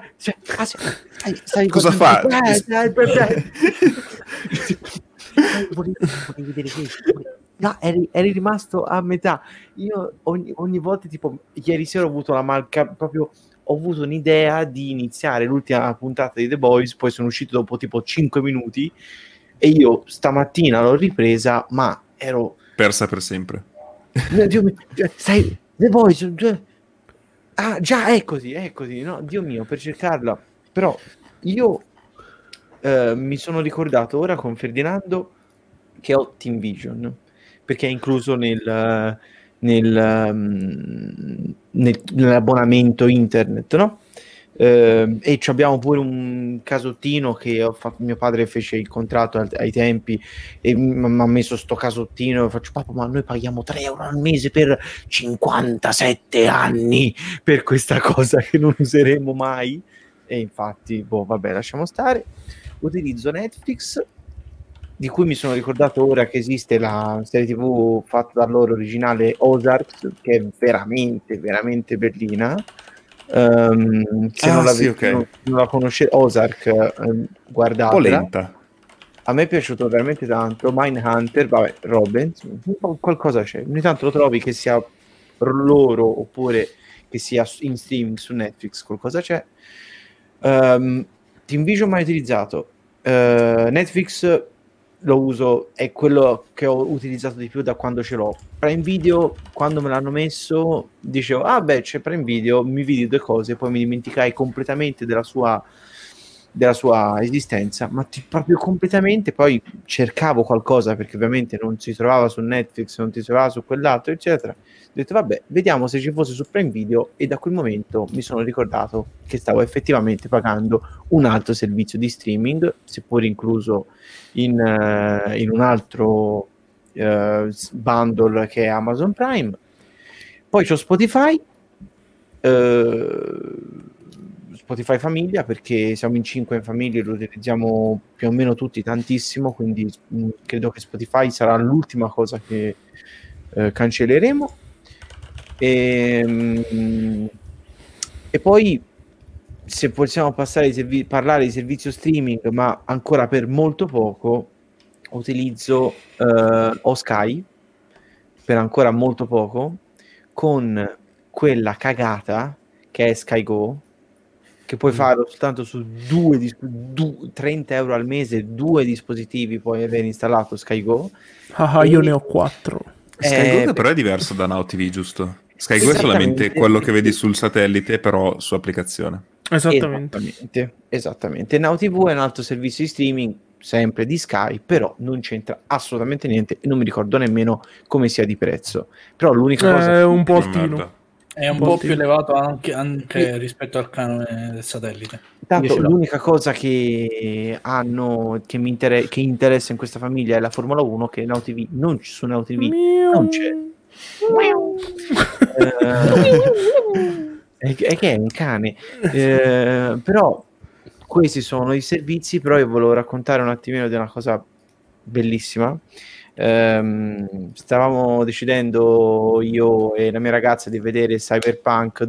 Cosa fa? Volevi vedere questo? No, eri rimasto a metà. Io ogni volta, tipo ieri sera ho avuto ho avuto un'idea di iniziare l'ultima puntata di The Boys, poi sono uscito dopo tipo 5 minuti e io stamattina l'ho ripresa, ma ero persa per sempre. Dio mio, sai, The Boys, già è così, no? Dio mio, per cercarla. Però io mi sono ricordato ora con Ferdinando che ho Team Vision, perché è incluso nell'abbonamento internet, no? E abbiamo pure un casottino che mio padre fece il contratto ai tempi e mi ha messo sto casottino e faccio papà, ma noi paghiamo 3 euro al mese per 57 anni per questa cosa che non useremo mai. E infatti vabbè, lasciamo stare. Utilizzo Netflix, di cui mi sono ricordato ora che esiste la serie TV fatta da loro originale Ozark, che è veramente veramente bellina. Se non la conoscete, Ozark, guardatela. Un po' lenta. A me è piaciuto veramente tanto. Mindhunter, vabbè, Robbins, qualcosa c'è. Ogni tanto lo trovi che sia loro oppure che sia in streaming su Netflix, qualcosa c'è. Team Vision mai utilizzato. Netflix lo uso, è quello che ho utilizzato di più da quando ce l'ho. Prime Video, quando me l'hanno messo, dicevo, c'è Prime Video, mi vidi 2 cose, poi mi dimenticai completamente della sua esistenza, ma proprio completamente. Poi cercavo qualcosa, perché ovviamente non si trovava su Netflix, non si trovava su quell'altro, eccetera. Ho detto, vabbè, vediamo se ci fosse su Prime Video, e da quel momento mi sono ricordato che stavo effettivamente pagando un altro servizio di streaming, seppur incluso in un altro bundle che è Amazon Prime. Poi c'ho Spotify Famiglia, perché siamo in 5 in famiglia e lo utilizziamo più o meno tutti tantissimo, quindi credo che Spotify sarà l'ultima cosa che cancelleremo. E poi se possiamo passare parlare di servizio streaming, ma ancora per molto poco, utilizzo o Sky per ancora molto poco, con quella cagata che è Sky Go, che puoi farlo soltanto su 30 euro al mese, 2 dispositivi puoi aver installato Sky Go. Io ne ho 4. Sky Go però è diverso da Now TV, giusto? Sky Go è solamente quello che vedi sul satellite, però su applicazione. Esattamente. Now TV è un altro servizio di streaming, sempre di Sky, però non c'entra assolutamente niente e non mi ricordo nemmeno come sia di prezzo. Però l'unica cosa è un po' altino. È un po' più elevato anche rispetto al canone del satellite. Tanto l'unica cosa che hanno che interessa in questa famiglia è la Formula 1, che Now TV su Now TV non c'è. È che è un cane. Però questi sono i servizi. Però io volevo raccontare un attimino di una cosa bellissima. Stavamo decidendo io e la mia ragazza di vedere Cyberpunk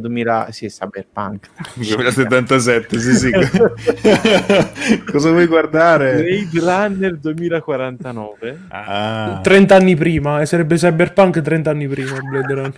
2077, sì. Cosa vuoi guardare? Blade Runner 2049. 30 anni prima, e sarebbe Cyberpunk 30 anni prima Blade Runner.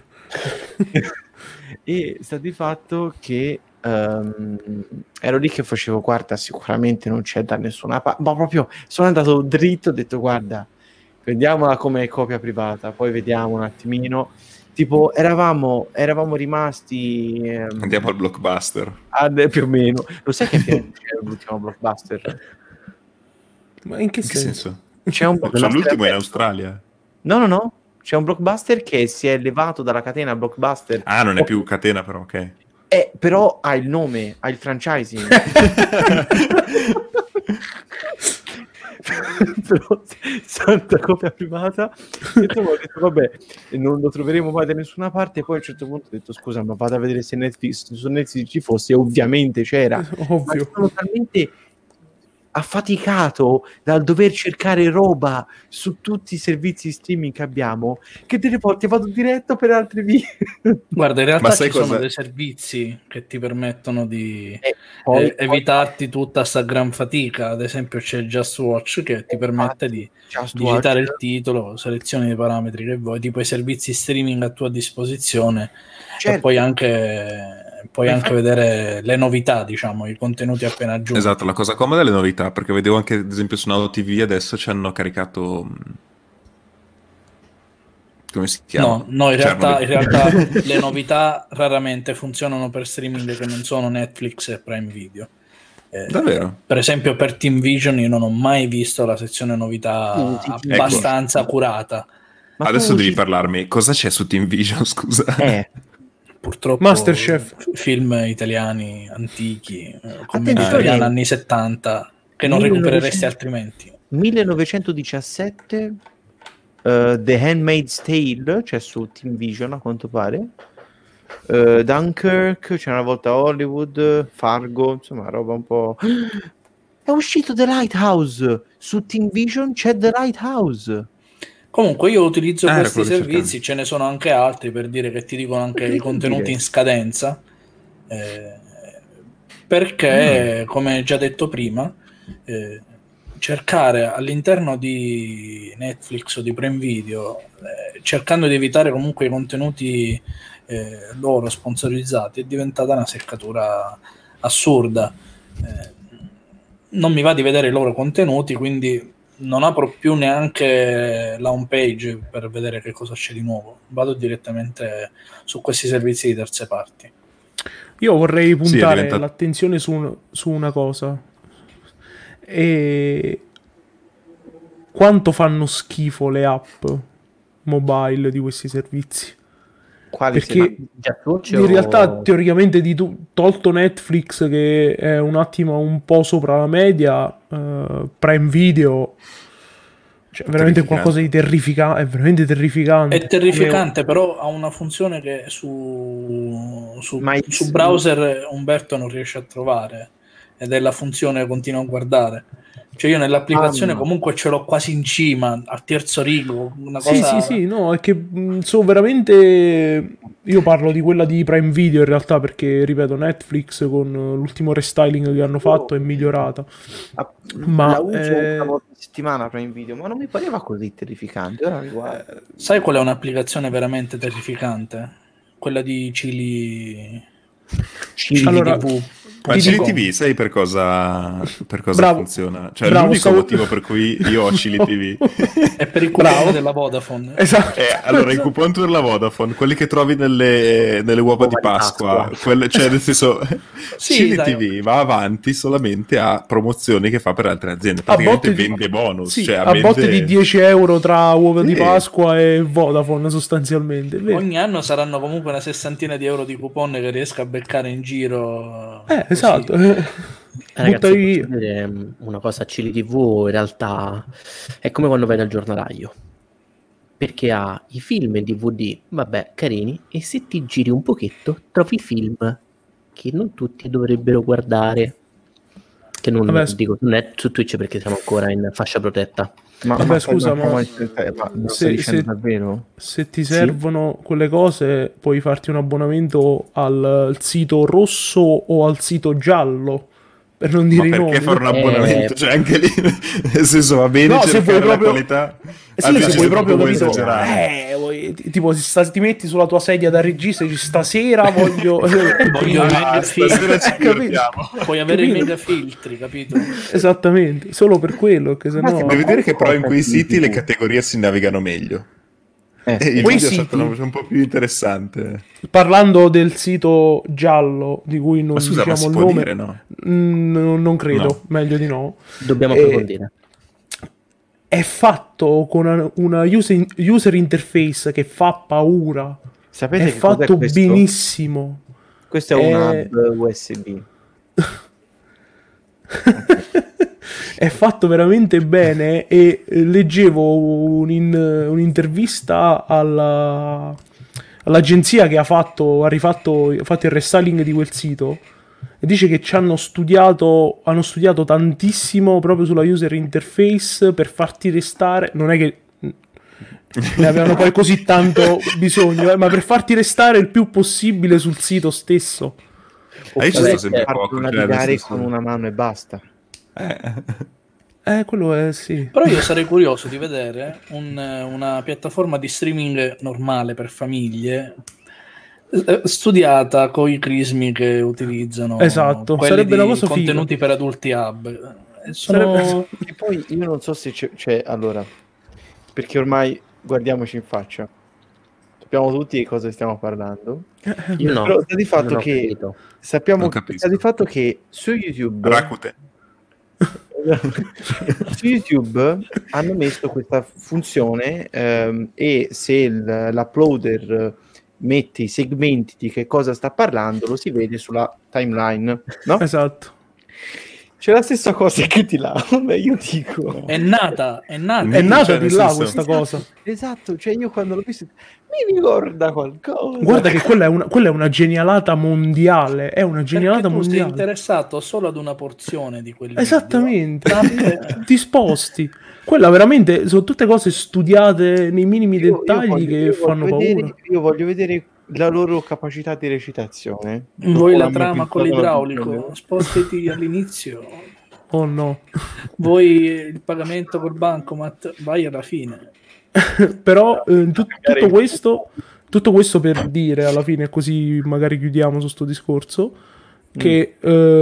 E sta di fatto che ero lì che facevo, guarda, sicuramente non c'è da nessuna parte, ma proprio sono andato dritto, ho detto guarda, prendiamola come copia privata, poi vediamo un attimino. Tipo, eravamo rimasti... andiamo al Blockbuster. Più o meno. Lo sai che c'è l'ultimo Blockbuster? Ma in che senso? C'è un Blockbuster l'ultimo in Australia. No. C'è un Blockbuster che si è levato dalla catena Blockbuster. Non è più catena, però, ok. Però ha il nome, ha il franchising. Però santa copia privata. Ho detto, vabbè, non lo troveremo mai da nessuna parte. Poi a un certo punto ho detto scusa, ma vado a vedere se su Netflix ci fosse, e ovviamente c'era. Ovvio. Ma sono talmente affaticato dal dover cercare roba su tutti i servizi streaming che abbiamo, che delle volte vado diretto per altre vie. Guarda, in realtà ci sono dei servizi che ti permettono di evitarti tutta sta gran fatica. Ad esempio c'è Just Watch, che ti permette di digitare il titolo, selezioni dei parametri che vuoi, tipo i servizi streaming a tua disposizione, e poi anche vedere le novità, diciamo, i contenuti appena aggiunti. Esatto, la cosa comoda è le novità, perché vedevo anche, ad esempio, su Now TV adesso ci hanno caricato... come si chiama? No, in realtà le novità raramente funzionano per streaming che non sono Netflix e Prime Video. Davvero? Per esempio per Team Vision io non ho mai visto la sezione novità abbastanza curata. Ma adesso devi parlarmi, cosa c'è su Team Vision, scusa? Purtroppo Masterchef, film italiani antichi, commedia italiana anni 70 che non recupereresti altrimenti. 1917 The Handmaid's Tale c'è su Team Vision a quanto pare. Dunkirk c'è una volta Hollywood, Fargo, insomma roba un po'. È uscito The Lighthouse su Team Vision, c'è The Lighthouse. Comunque io utilizzo questi servizi, ce ne sono anche altri, per dire che ti dicono anche i contenuti in scadenza, perché come già detto prima, cercare all'interno di Netflix o di Prime Video, cercando di evitare comunque i contenuti loro sponsorizzati, è diventata una seccatura assurda. Non mi va di vedere i loro contenuti, quindi non apro più neanche la home page per vedere che cosa c'è di nuovo, vado direttamente su questi servizi di terze parti. Io vorrei puntare l'attenzione su una cosa, e quanto fanno schifo le app mobile di questi servizi. Perché in realtà teoricamente tolto Netflix, che è un attimo un po' sopra la media, Prime Video, cioè veramente qualcosa di terrificante, è veramente terrificante. È terrificante, però ha una funzione che su browser Umberto non riesce a trovare, ed è la funzione continua a guardare. Cioè io nell'applicazione comunque ce l'ho quasi in cima, al terzo rigo, una cosa... Sì, no, è che sono veramente Io parlo di quella di Prime Video in realtà, perché ripeto, Netflix con l'ultimo restyling che hanno fatto è migliorata. Ma la uso una volta a settimana Prime Video, ma non mi pareva così terrificante. Ora riguardo. Sai qual è un'applicazione veramente terrificante? Quella di Cili Allora, TV. Ma ti Cili dico- TV sai per cosa Bravo. funziona? Cioè Bravo, l'unico stavo- motivo per cui io ho Cili TV È per il coupon della Vodafone. Esatto. allora i coupon per la Vodafone, quelli che trovi nelle uova di Pasqua, cioè nel senso Sì, Cili dai. TV va avanti solamente a promozioni che fa per altre aziende, praticamente vende bonus, sì, cioè a botte di 10 euro tra uova di Sì. Pasqua e Vodafone sostanzialmente. Vero? Ogni anno saranno comunque una sessantina di euro di coupon che riesco a beccare in giro. così. Esatto. Ragazzi, Buttavi posso dire una cosa, Cili TV in realtà è come quando vai dal giornalaio, perché ha i film in DVD, vabbè, carini, e se ti giri un pochetto trovi film che non tutti dovrebbero guardare, che non Vabbè, dico non è su Twitch perché siamo ancora in fascia protetta. Vabbè, scusa, ma lo se- stai dicendo se- davvero? se ti servono quelle cose, puoi farti un abbonamento al sito rosso o al sito giallo, per non Ma dire i perché nomi. fare un abbonamento? Cioè anche lì nel senso va bene No, se cercare vuoi la proprio- qualità. Sì, Invece se vuoi proprio, vuoi capito, esagerare. tipo ti metti sulla tua sedia da regista e dici stasera voglio Voglio i mega stasera ci capito? divertiamo. Puoi avere i Capito? mega filtri, capito? Esattamente, solo per quello, che sennò Devi vedere che però in quei Cili siti TV. le categorie si navigano meglio. E il Quei video è siti- stato un po' più interessante. parlando del sito giallo di cui non Ma scusa, ma diciamo si il può nome, dire, no? non credo, No. meglio di no. Dobbiamo Eh, approfondire. È fatto con una user interface che fa paura. Sapete È che cos'è fatto questo? benissimo. Questo è un Eh, hub USB. È fatto veramente bene e leggevo un'intervista all'agenzia che ha fatto il restyling di quel sito e dice che hanno studiato tantissimo proprio sulla user interface per farti restare, non è che ne avevano poi così tanto bisogno, ma per farti restare il più possibile sul sito stesso. Io ci sto sempre Farlo poco. Cioè, nel navigare senso- con una mano e basta. Quello è sì. Però io sarei curioso di vedere una piattaforma di streaming normale per famiglie studiata con i crismi che utilizzano. Esatto, quelli sarebbe di una cosa contenuti per adulti hub. Sono... E poi io non so se c'è allora, perché ormai guardiamoci in faccia. Sappiamo tutti di cosa stiamo parlando. Io no, Però sta di fatto non ho che capito. sappiamo Non capisco. sta di fatto che su YouTube Rakuten. su YouTube hanno messo questa funzione e se l'uploader mette i segmenti di che cosa sta parlando lo si vede sulla timeline, no? Esatto. C'è la stessa cosa che di là. Beh, io dico È nata. È Cioè, nata nel di là senso- questa cosa. esatto, cioè io quando l'ho visto mi ricorda qualcosa. Guarda che quella è una genialata mondiale. È una genialata Perché tu sei mondiale. interessato solo ad una porzione di quel video. Esattamente. Tante- Ti sposti. Quella veramente sono tutte cose studiate nei minimi dettagli che fanno paura. Io voglio vedere la loro capacità di recitazione. Vuoi la Dopo trama con mia l'idraulico? piccola- Spostati all'inizio. Oh no. Vuoi il pagamento col bancomat? Vai alla fine. Però tutto questo per dire alla fine, così magari chiudiamo su sto discorso, che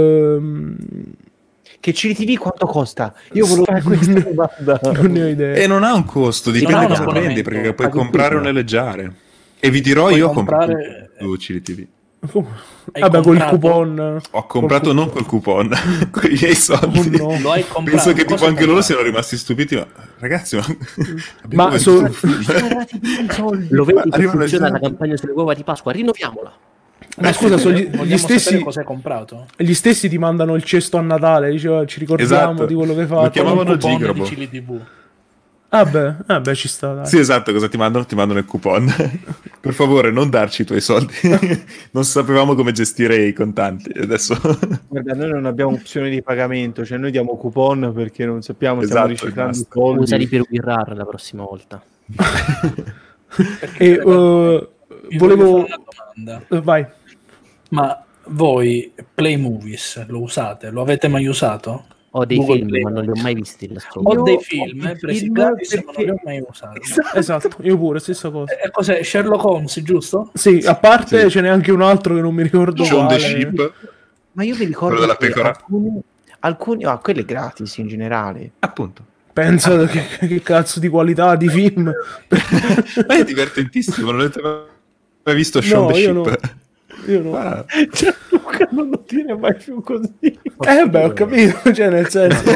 Che Cili TV quanto costa? Io volevo fare questa domanda. non ne ho idea. E non ha un costo, dipende non ha un cosa prendi, abbonamento, perché puoi paghi comprare o prima. noleggiare. E vi dirò, Puoi io ho comprare- comprato su Cili TV. Hai Vabbè, col comprato? coupon. Ho comprato non col coupon, con i miei soldi. Oh no. Lo hai comprato? Penso che tipo Cosa hai anche loro comprato? siano rimasti stupiti, ma ragazzi, Ma abbiamo so- visto un film. Lo vedi che arrivano funziona le- la campagna sulle uova di Pasqua? Rinnoviamola. Ma scusa, sono gli Vogliamo sapere stessi, cosa hai comprato? gli stessi ti mandano il cesto a Natale, diceva, ci ricordiamo Esatto. di quello che Lo fa. chiamavano Un coupon Gigrobo. di Cili TV. Vabbè, ci sta, dai. Sì, esatto, cosa ti mandano? Ti mandano il coupon. Per favore, non darci i tuoi soldi. Non sapevamo come gestire i contanti. Adesso Guarda, noi non abbiamo opzione di pagamento, cioè noi diamo coupon perché non sappiamo, stiamo Esatto, riciclando i basta. Usa soldi. per WinRAR la prossima volta. E, Io volevo... fare una domanda. Vai. Ma voi Play Movies lo usate? Lo avete mai usato? Ho dei Google film, Play. ma non li ho mai visti. Ho dei Ho film dei presi film gratis, ma non perché- li ho mai usati. Esatto, io pure, stessa cosa. E cos'è? Sherlock Holmes, giusto? Sì, a parte Sì. ce n'è anche un altro che non mi ricordo Shaun the quale. Sheep, Ma io mi ricordo quello della che pecora. alcuni quello è gratis in generale. Appunto. Pensa che cazzo di qualità di film. Ma è divertentissimo, non avete mai visto Shaun No, the io Sheep? no. Io no. Guarda, Cioè, Luca, non lo dire mai più così. Beh, ho capito, cioè nel senso...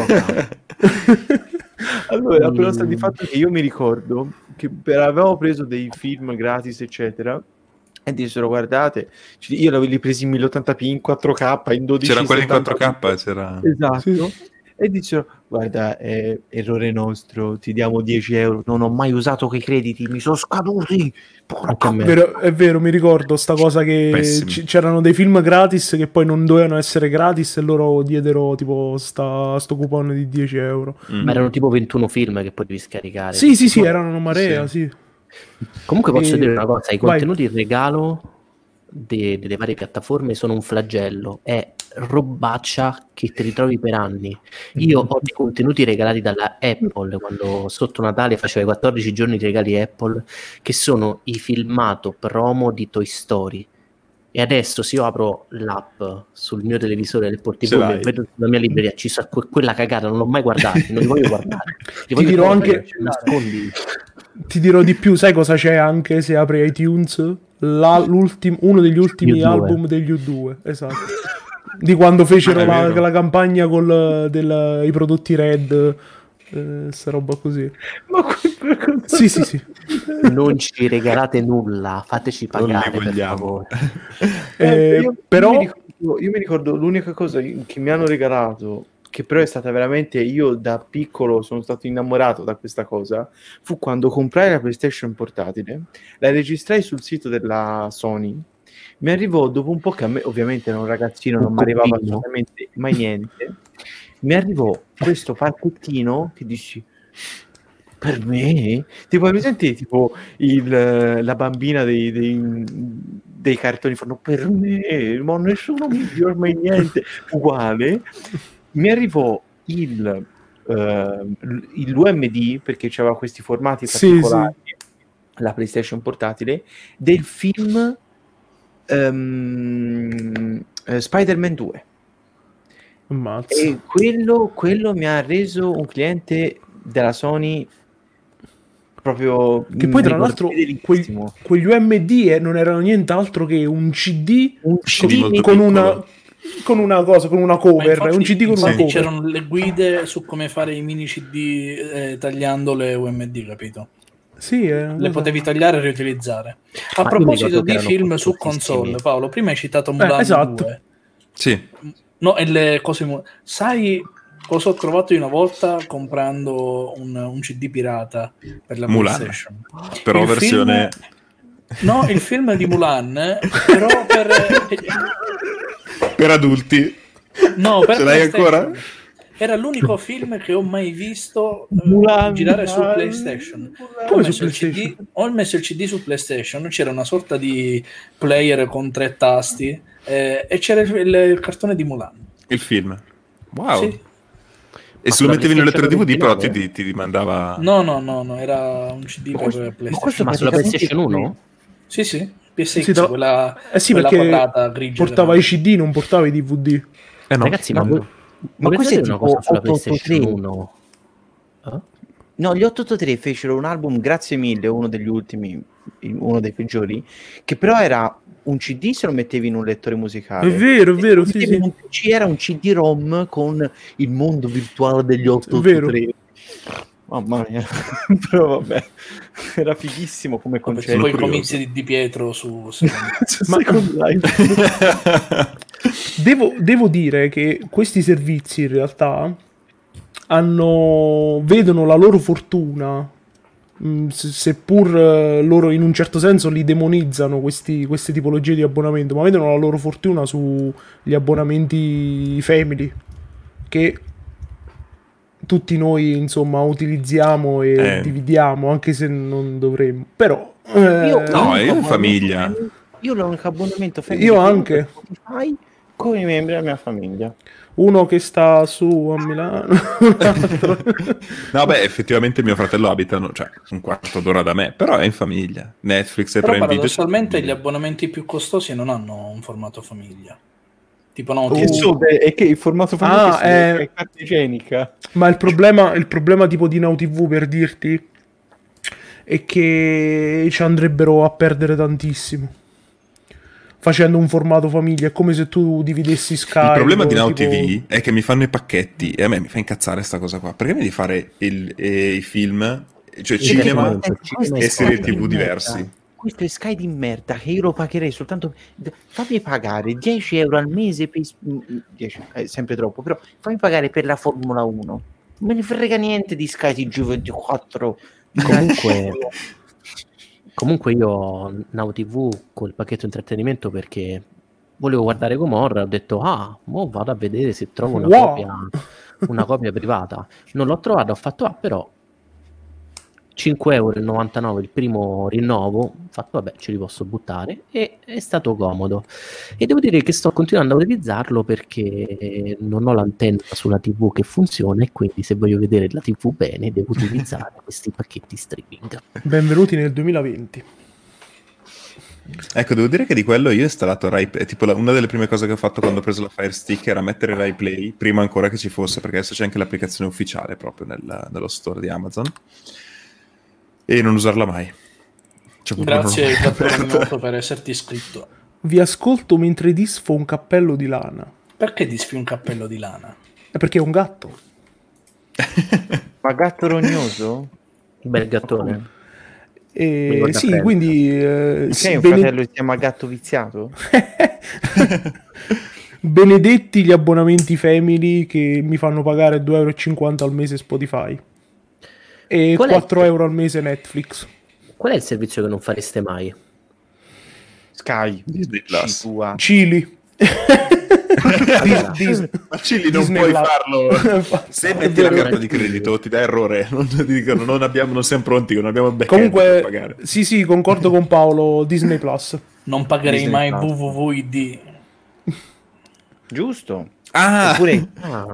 Allora, però sta di fatto che io mi ricordo che avevo preso dei film gratis, eccetera, e dissero, guardate, io li presi in 1080p, in 4K, in 12 c'erano quelli in 4K, c'era... Esatto. Sì. E dicero, guarda, errore nostro, ti diamo 10 euro, non ho mai usato quei crediti, mi sono scaduti. Porca È vero, mi ricordo sta cosa che Pessimi. c'erano dei film gratis che poi non dovevano essere gratis e loro diedero tipo sto coupon di 10 euro. Ma erano tipo 21 film che potevi scaricare. Sì, erano una marea, sì. Comunque posso E- dire una cosa, i vai. contenuti in regalo delle varie piattaforme sono un flagello, è robaccia che ti ritrovi per anni. Io ho dei contenuti regalati dalla Apple quando sotto Natale faceva i 14 giorni di regali Apple, che sono i filmato promo di Toy Story. E adesso se io apro l'app sul mio televisore del portfolio e vedo sulla mia libreria ci sta quella cagata, non l'ho mai guardata, non li voglio guardare. Li voglio dirò trovare, anche- nascondi. Ti dirò di più, sai cosa c'è anche se apri iTunes? Uno degli ultimi U2. album degli U2, esatto. Di quando fecero Ah, è vero. la campagna con i prodotti Red, sta roba così. Ma cosa Sì. Non ci regalate nulla, fateci Non li pagare per vogliamo. favore. Però io mi ricordo l'unica cosa che mi hanno regalato, che però è stata veramente, io da piccolo sono stato innamorato da questa cosa, fu quando comprai la PlayStation portatile, la registrai sul sito della Sony, mi arrivò dopo un po' che a me ovviamente ero un ragazzino, non mi arrivava coppino. assolutamente mai niente, mi arrivò questo pacchettino che dici, per me? Tipo, hai presente tipo la bambina dei cartoni fanno per me, ma nessuno mi dice mai niente, uguale. Mi arrivò l'UMD, perché c'aveva questi formati Sì, particolari, la PlayStation portatile, del film Spider-Man 2. ammazza. E quello mi ha reso un cliente della Sony proprio, Che poi tra l'altro fedelissimo. quegli UMD non erano nient'altro che un CD, Un CD molto con piccolo. con una Ma cover, infatti- un CD con una infatti cover. c'erano le guide su come fare i mini CD tagliando le UMD, capito? Sì, Le potevi tagliare e riutilizzare. A Ma io mi proposito ricordo che di erano film su costosissimi. console, Paolo, prima hai citato Mulan esatto. 2. Sì, No, e le cose. Sai cosa ho trovato io una volta comprando un CD pirata per la Mulan. PlayStation? però Il versione... No, il film di Mulan, però per adulti. No, per Ce l'hai PlayStation. ancora? Era l'unico film che ho mai visto Mulan, girare su Mulan, PlayStation. Mulan. Come Ho su messo il CD PlayStation? ho messo il CD su PlayStation, c'era una sorta di player con 3 tasti e c'era il cartone di Mulan. Il film. Wow. Sì. E Ma se lo sulla mettevi nelle PlayStation 3 DVD però originale? ti mandava... No, era un CD per PlayStation. questo Ma sulla praticamente- PlayStation 1? Sì, PSX, Sì, quella, sì, quella perché quadrata grigia. portava i CD, non portava i DVD. no, Ragazzi, ma ma que- ma volete questo è sapere una tipo cosa sulla 883? PlayStation 1? No, gli 883 fecero un album, grazie mille, uno degli ultimi, uno dei peggiori, che però era un CD se lo mettevi in un lettore musicale. È vero, Se lo sì, mettevi in sì. un PC era un CD-ROM con il mondo virtuale degli Vero. 883. Mamma mia, però vabbè, era fighissimo come Poi concetto. curioso. i comizi di Di Pietro su Second Life. Devo dire che questi servizi in realtà vedono la loro fortuna, seppur loro in un certo senso li demonizzano queste tipologie di abbonamento, ma vedono la loro fortuna sugli abbonamenti family, che tutti noi insomma utilizziamo e dividiamo, anche se non dovremmo. Però io in famiglia. Io l'unico abbonamento family io anche Spotify con i membri della mia famiglia. Uno che sta su a Milano. No, beh, effettivamente mio fratello abita cioè un quarto d'ora da me, però è in famiglia. Netflix e però Prime Video. paradossalmente gli abbonamenti più costosi non hanno un formato famiglia. Tipo è che il formato famiglia è carta igienica. Ma il problema tipo di Now TV, per dirti, è che ci andrebbero a perdere tantissimo facendo un formato famiglia. È come se tu dividessi Sky. Il problema di Now TV è che mi fanno i pacchetti e a me mi fa incazzare sta cosa qua, perché mi devi fare i film, cioè cinema e serie TV diversi. Questo è Sky di merda che io lo pagherei soltanto. Fammi pagare 10 euro al mese per 10 è sempre troppo, però fammi pagare per la Formula 1. Non me ne frega niente di Sky TG24. Comunque io ho Now TV col pacchetto intrattenimento perché volevo guardare Gomorra, ho detto mo vado a vedere se trovo una copia privata. Non l'ho trovata, ho fatto però 5,99 € il primo rinnovo, ho fatto vabbè, ce li posso buttare, e è stato comodo. E devo dire che sto continuando a utilizzarlo perché non ho l'antenna sulla TV che funziona, e quindi se voglio vedere la TV bene devo utilizzare questi pacchetti streaming. Benvenuti nel 2020. Ecco, devo dire che di quello io ho installato Rai, tipo una delle prime cose che ho fatto quando ho preso la Fire Stick era mettere Rai Play, prima ancora che ci fosse, perché adesso c'è anche l'applicazione ufficiale proprio nello store di Amazon, e non usarla mai. Grazie per esserti iscritto. Vi ascolto mentre disfo un cappello di lana. Perché disfi un cappello di lana? È perché è un gatto. Ma gatto rognoso? Bel gattone. Sì, quindi un fratello si chiama gatto viziato? Benedetti gli abbonamenti family che mi fanno pagare 2,50 € al mese Spotify e 4 € al mese Netflix. Qual è il servizio che non fareste mai? Sky, Disney Plus, Chili. Ma Chili non puoi farlo. Se metti la carta di credito ti dà errore, non ti dicono non siamo pronti, non abbiamo backend. Comunque per pagare. sì, concordo con Paolo. Disney Plus non pagherei Disney mai Plus. www.id. Giusto. Oppure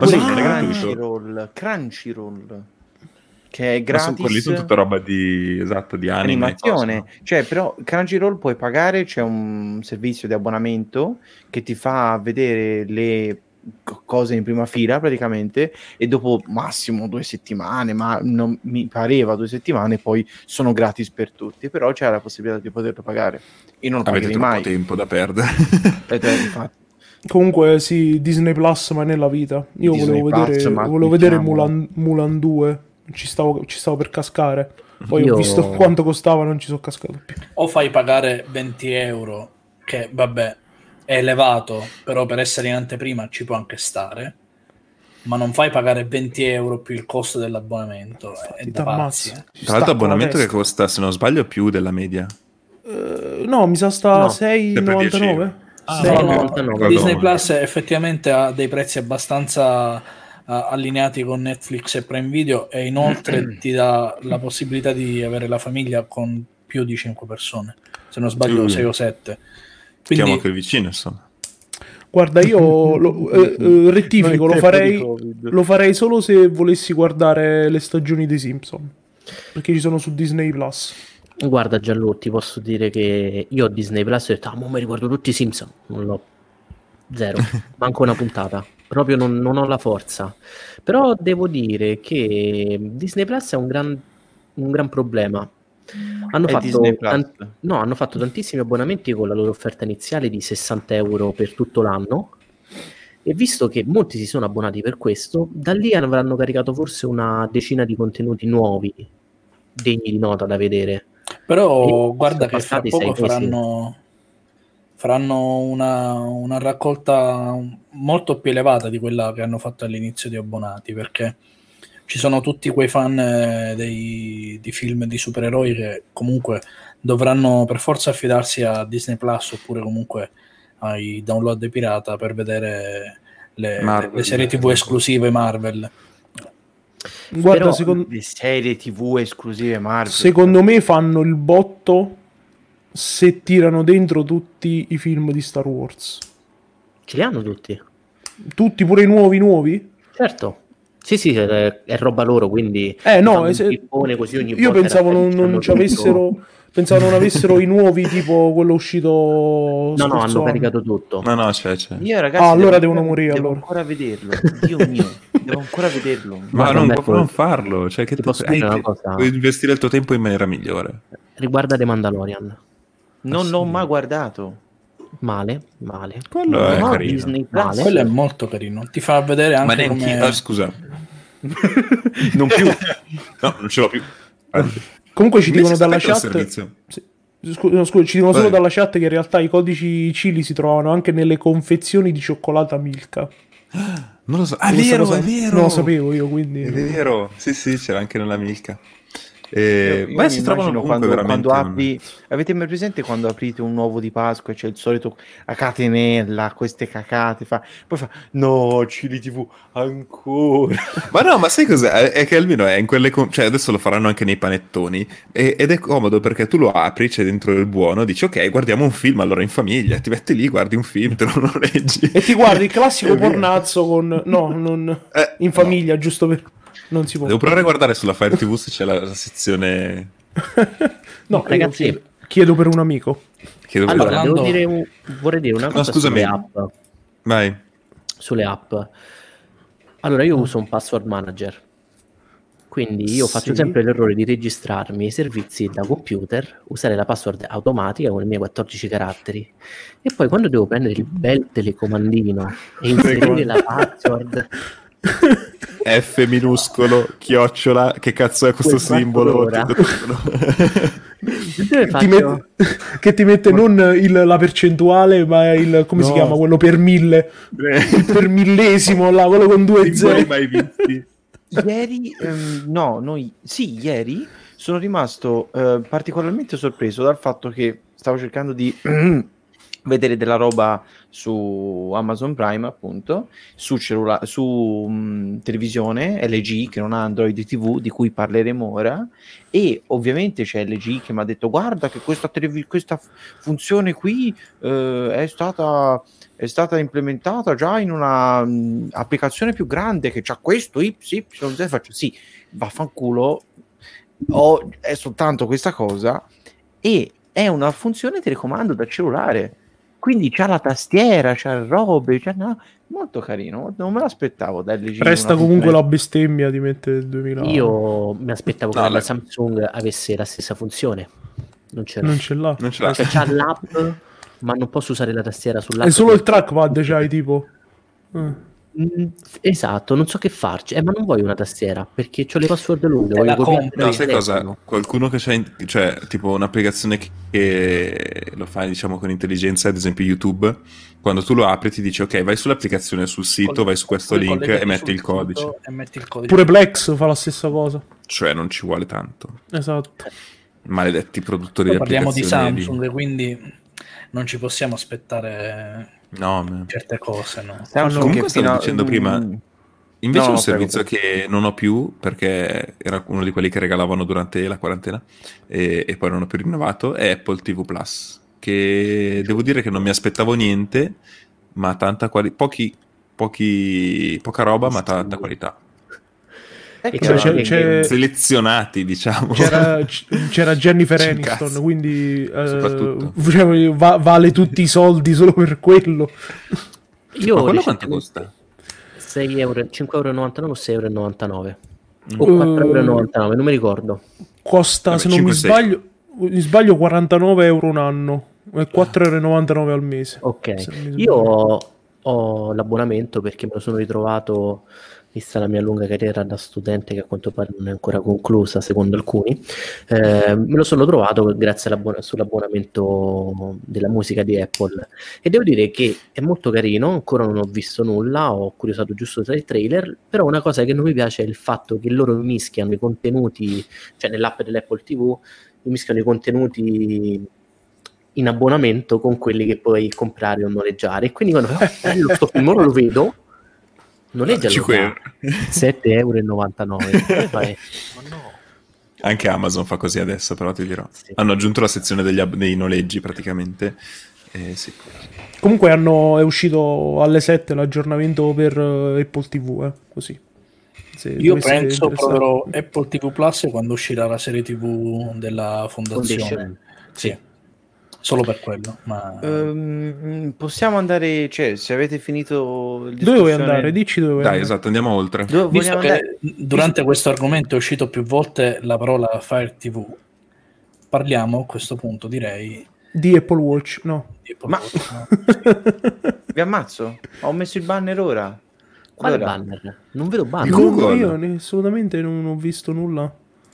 Crunchyroll che è gratis. Ma quelli sono tutta roba di anime, animazione, cioè però Crunchyroll puoi pagare, c'è un servizio di abbonamento che ti fa vedere le cose in prima fila praticamente, e dopo massimo 2 settimane, ma non mi pareva 2 settimane, poi sono gratis per tutti, però c'è la possibilità di poterlo pagare. Io non lo pagherei mai. Avete troppo tempo da perdere. Infatti. Comunque sì, Disney Plus, ma nella vita. Io Disney volevo vedere Mulan 2. Ci stavo per cascare. Poi ho visto quanto costava, non ci sono cascato più. O fai pagare 20 €, che vabbè è elevato, però per essere in anteprima ci può anche stare, ma non fai pagare 20 € più il costo dell'abbonamento. È da pazzi. Tra l'altro abbonamento che costa, se non sbaglio, più della media. No, mi sa sta 6,99. No. Disney Plus effettivamente ha dei prezzi abbastanza allineati con Netflix e Prime Video, e inoltre ti dà la possibilità di avere la famiglia con più di 5 persone, se non sbaglio 6 o 7. Quindi anche il vicino, insomma. Guarda, io rettifico, lo farei solo se volessi guardare le stagioni dei Simpson, perché ci sono su Disney Plus. Guarda Gianluca, ti posso dire che io ho Disney Plus e ho detto mi riguardo tutti i Simpson, non l'ho, zero, manco una puntata, proprio non ho la forza. Però devo dire che Disney Plus è un gran problema. Hanno fatto tantissimi abbonamenti con la loro offerta iniziale di 60 € per tutto l'anno, e visto che molti si sono abbonati per questo, da lì avranno caricato forse una decina di contenuti nuovi degni di nota da vedere. Però guarda che fra poco faranno una raccolta molto più elevata di quella che hanno fatto all'inizio di abbonati, perché ci sono tutti quei fan di film di supereroi che comunque dovranno per forza affidarsi a Disney Plus, oppure comunque ai download pirata per vedere le serie TV esclusive Marvel. Guarda, le serie TV esclusive Marvel, secondo me fanno il botto se tirano dentro tutti i film di Star Wars. Ce li hanno tutti? Tutti, pure i nuovi? Certo. Sì, è roba loro, quindi no, così ogni io volta pensavo non ci avessero, pensavo non avessero i nuovi, tipo quello uscito no, hanno caricato tutto. No, c'è. Io ragazzi, allora devono morire, devo allora. ancora vederlo. Dio mio, devo ancora vederlo. Ma non puoi non farlo, cioè che puoi investire il tuo tempo in maniera migliore. Riguarda The Mandalorian. Non l'ho mai guardato. Male. Quello è carino. Disney, male. Quello è molto carino. Ti fa vedere anche come... scusa. Non più. No, non ce l'ho più. Comunque ci dicono dalla chat. Scusa, ci dicono solo dalla chat che in realtà i codici Cili si trovano anche nelle confezioni di cioccolata Milka. Non lo so. È vero. Non lo sapevo io, quindi. È vero. Sì, c'era anche nella Milka. Beh, si trovano quando apri, avete mai presente quando aprite un uovo di Pasqua e c'è il solito a catenella, queste cacate, poi fa no, Cili TV ancora. Ma no, ma sai cos'è? È che almeno è in quelle cioè adesso lo faranno anche nei panettoni ed è comodo perché tu lo apri, c'è dentro il buono, dici ok, guardiamo un film allora in famiglia, ti metti lì, guardi un film, te lo noleggi e ti guardi il classico pornazzo con in famiglia, giusto per... Non si può. Devo provare a guardare sulla Fire TV se c'è la sezione. No, ragazzi, chiedo per un amico. Allora, vorrei dire una cosa sulle app. Vai. Sulle app. Allora, io uso un password manager. Quindi io faccio sempre l'errore di registrarmi ai servizi da computer, usare la password automatica con i miei 14 caratteri. E poi quando devo prendere il bel telecomandino e inserire la password... F minuscolo, chiocciola, che cazzo è questo simbolo? Che ti mette non la percentuale, ma il come si chiama quello per 1000, il per millesimo, là, quello con 2 zeri. Mai visti. Ieri sono rimasto particolarmente sorpreso dal fatto che stavo cercando di vedere della roba su Amazon Prime, appunto, su televisione LG che non ha Android TV, di cui parleremo ora, e ovviamente c'è LG che mi ha detto guarda che questa funzione qui è stata implementata già in una applicazione più grande che c'ha questo YZ. Faccio sì, vaffanculo, è soltanto questa cosa e è una funzione telecomando da cellulare. Quindi c'ha la tastiera, c'ha robe, molto carino, non me l'aspettavo. Resta comunque la bestemmia di mettere il 2000. Io mi aspettavo che la Samsung avesse la stessa funzione. Non ce l'ha. Cioè, c'ha l'app, ma non posso usare la tastiera sull'app. È solo il trackpad, c'hai tipo. Esatto, non so che farci, ma non voglio una tastiera perché ho le password lunghe. No, sai cosa? Qualcuno che c'è tipo un'applicazione che lo fa, diciamo, con intelligenza, ad esempio YouTube, quando tu lo apri ti dice ok, vai sull'applicazione, sul sito, vai su questo link e metti il codice. Pure Plex fa la stessa cosa. Cioè non ci vuole tanto. Esatto. Maledetti produttori di applicazioni. Parliamo di Samsung, quindi non ci possiamo aspettare certe cose, no? Comunque stavo dicendo prima, invece un servizio che non ho più perché era uno di quelli che regalavano durante la quarantena e poi non ho più rinnovato, è Apple TV Plus, che devo dire che non mi aspettavo niente, ma tanta poca roba, ma tanta qualità. Selezionati, diciamo. C'era Jennifer Aniston, quindi vale tutti i soldi solo per quello. Ma quello quanto costa? 6 euro, 5,99 euro o 6,99 o 4,99 non mi ricordo. Costa, se non mi sbaglio 49 euro un anno e 4,99 al mese. Ok, io ho l'abbonamento perché me lo sono ritrovato, vista la mia lunga carriera da studente che a quanto pare non è ancora conclusa secondo alcuni, me lo sono trovato grazie sull'abbonamento della musica di Apple e devo dire che è molto carino, ancora non ho visto nulla, ho curiosato giusto tra i trailer, però una cosa che non mi piace è il fatto che loro mischiano i contenuti, cioè nell'app dell'Apple TV mischiano i contenuti in abbonamento con quelli che puoi comprare o noleggiare, e quindi quando bello sto film ora lo vedo Noleggialo 5 da euro. 7,99 €. Ma no. Anche Amazon fa così adesso, però ti dirò. Sì. Hanno aggiunto la sezione dei noleggi praticamente. Sì. Comunque è uscito alle 7 l'aggiornamento per Apple TV, così. Se Io dovesse penso interessare. proverò Apple TV Plus quando uscirà la serie TV della fondazione. Foundation. Sì, solo per quello. Ma Possiamo andare, cioè, se avete finito il Dove vuoi discussione- andare? Dici dove vuoi Dai, andare. esatto, andiamo oltre. Dove visto vogliamo che andare? durante questo argomento è uscito più volte la parola Fire TV, parliamo a questo punto, direi, Di Apple Watch, no. di Apple Ma- Watch, no? Vi ammazzo? Ho messo il banner ora. Quale Allora, banner? Non vedo banner. Di Google. Io assolutamente non ho visto nulla.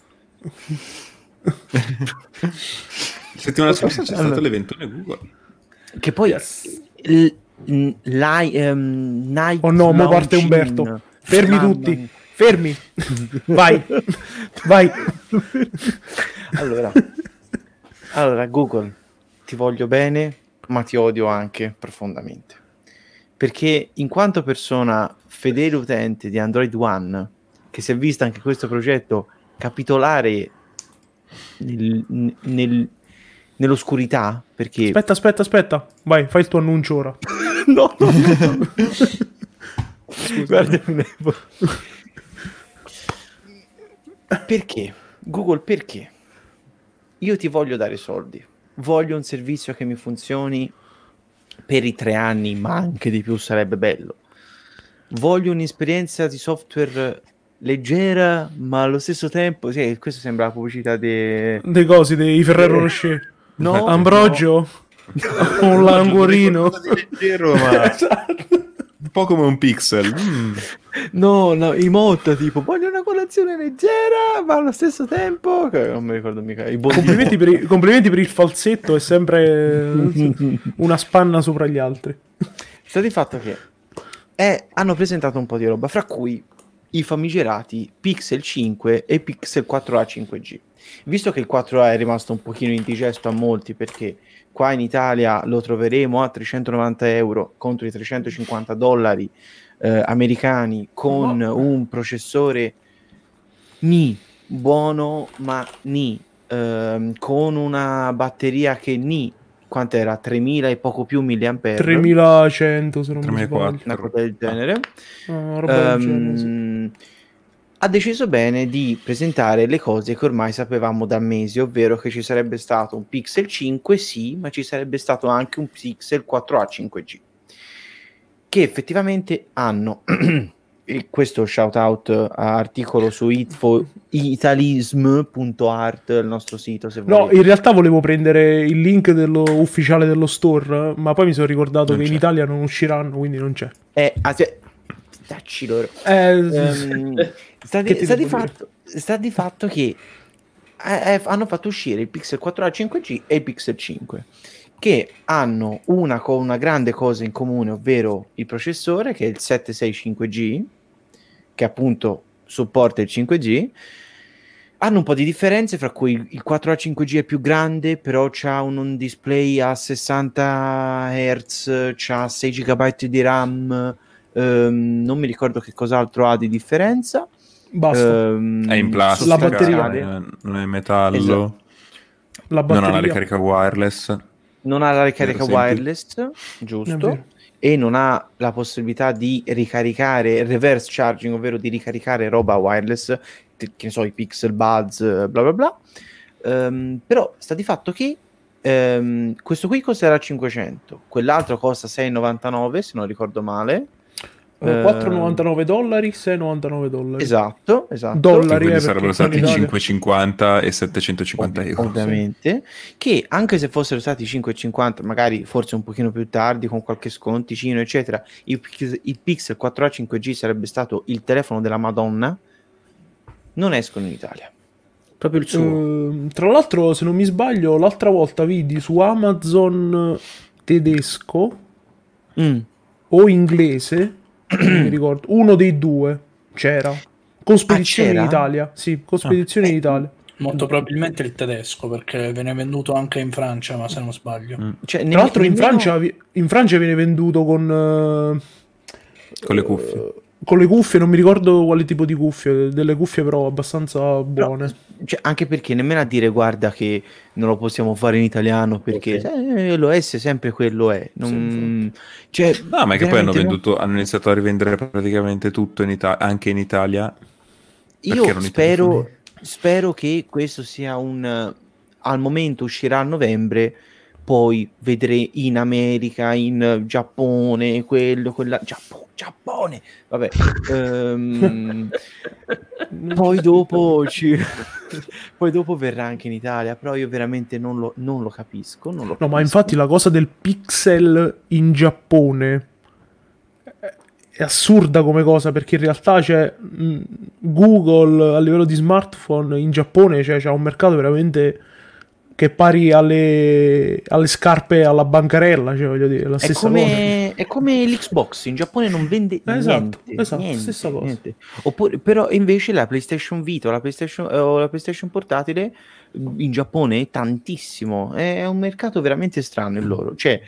Settimana scorsa c'è stato l'eventone Google. Che poi Nike Oh no, mo parte Launching. Umberto. Fermi Mamma tutti. mia. Fermi. Vai. Vai. Allora, Google, ti voglio bene, ma ti odio anche profondamente. Perché in quanto persona fedele utente di Android One, che si è vista anche questo progetto capitolare nell'oscurità, perché... Aspetta. Vai, fai il tuo annuncio ora. No. Guarda, perché? Google, perché? Io ti voglio dare soldi, voglio un servizio che mi funzioni per i 3 anni, ma anche di più sarebbe bello. Voglio un'esperienza di software leggera, ma allo stesso tempo, sì, questo sembra la pubblicità Dei cosi, dei Ferrero Rocher. No, Ambrogio. Un languorino. Leggero, ma un po' come un pixel. No, i tipo, voglio una colazione leggera, ma allo stesso tempo... Non mi ricordo mica. I buoni Complimenti per il falsetto, è sempre una spanna sopra gli altri. Sta di fatto che hanno presentato un po' di roba, fra cui i famigerati Pixel 5 e Pixel 4a 5G. Visto che il 4a è rimasto un pochino indigesto a molti, perché qua in Italia lo troveremo a 390 € contro i $350 americani, con un processore buono, ma con una batteria che quanto era? 3000 e poco più milliampere, 3100 se non mi 3400. sbaglio. una cosa del genere. Roba del genere, sì. Ha deciso bene di presentare le cose che ormai sapevamo da mesi, ovvero che ci sarebbe stato un Pixel 5, sì, ma ci sarebbe stato anche un Pixel 4a 5G, che effettivamente hanno e questo shout out a articolo su italism.art, il nostro sito, se No, volete. in realtà volevo prendere il link ufficiale dello store, ma poi mi sono ricordato Non che in c'è. Italia non usciranno, quindi non c'è. Dacci loro. Che ti Sta di devo dire? fatto che hanno fatto uscire il Pixel 4a 5G e il Pixel 5, che hanno una grande cosa in comune, ovvero il processore, che è il 765G, che appunto supporta il 5G. Hanno un po' di differenze, fra cui il 4a 5G è più grande, però c'ha un display a 60 Hz, c'ha 6 GB di RAM, non mi ricordo che cos'altro ha di differenza. Basta. È in plastica, La batteria. non è metallo, Esatto. La non ha la batteria. ricarica wireless. Non ha la ricarica Vero, senti? wireless, È giusto, vero. e non ha la possibilità di ricaricare reverse charging, ovvero di ricaricare roba wireless, che ne so, i Pixel Buds, bla bla bla. Però sta di fatto che questo qui costerà 500, quell'altro costa 6,99 se non ricordo male. $4,99, $6,99. Esatto. Dollari, Quindi perché sarebbero stati in Italia- 5,50 e 750 euro. Ovviamente, che anche se fossero stati 5,50, magari forse un pochino più tardi con qualche sconticino eccetera, il Pixel 4a 5G sarebbe stato il telefono della Madonna. Non escono in Italia, proprio il suo. Tra l'altro, se non mi sbaglio, l'altra volta vidi su Amazon tedesco o inglese, non mi ricordo, uno dei due c'era. Con spedizione in c'era? Italia. Sì, con spedizione in Italia. Molto probabilmente il tedesco, perché viene venduto anche in Francia, ma se non sbaglio. Cioè, Tra l'altro in nemmeno- Francia viene venduto con Con le cuffie. con le cuffie, non mi ricordo quale tipo di cuffie, delle cuffie però abbastanza buone. Però, cioè, anche perché nemmeno a dire guarda che non lo possiamo fare in italiano perché l'OS sempre quello è. Cioè, No, ma è che poi veramente hanno iniziato a rivendere praticamente tutto anche in Italia. Perché io erano i telefoni. spero che questo sia al momento uscirà a novembre, poi vedrei in America, in Giappone, Giappone, vabbè. Poi dopo poi dopo verrà anche in Italia, però io veramente non lo capisco. Non lo No, ma capisco. infatti la cosa del Pixel in Giappone è assurda come cosa, perché in realtà c'è Google a livello di smartphone in Giappone c'è un mercato veramente che è pari alle scarpe alla bancarella, cioè voglio dire, la stessa cosa. È come l'Xbox, in Giappone non vende Esatto, niente, stessa cosa. niente. Oppure, però invece la PlayStation Vita o la PlayStation portatile in Giappone è tantissimo, è un mercato veramente strano il loro, cioè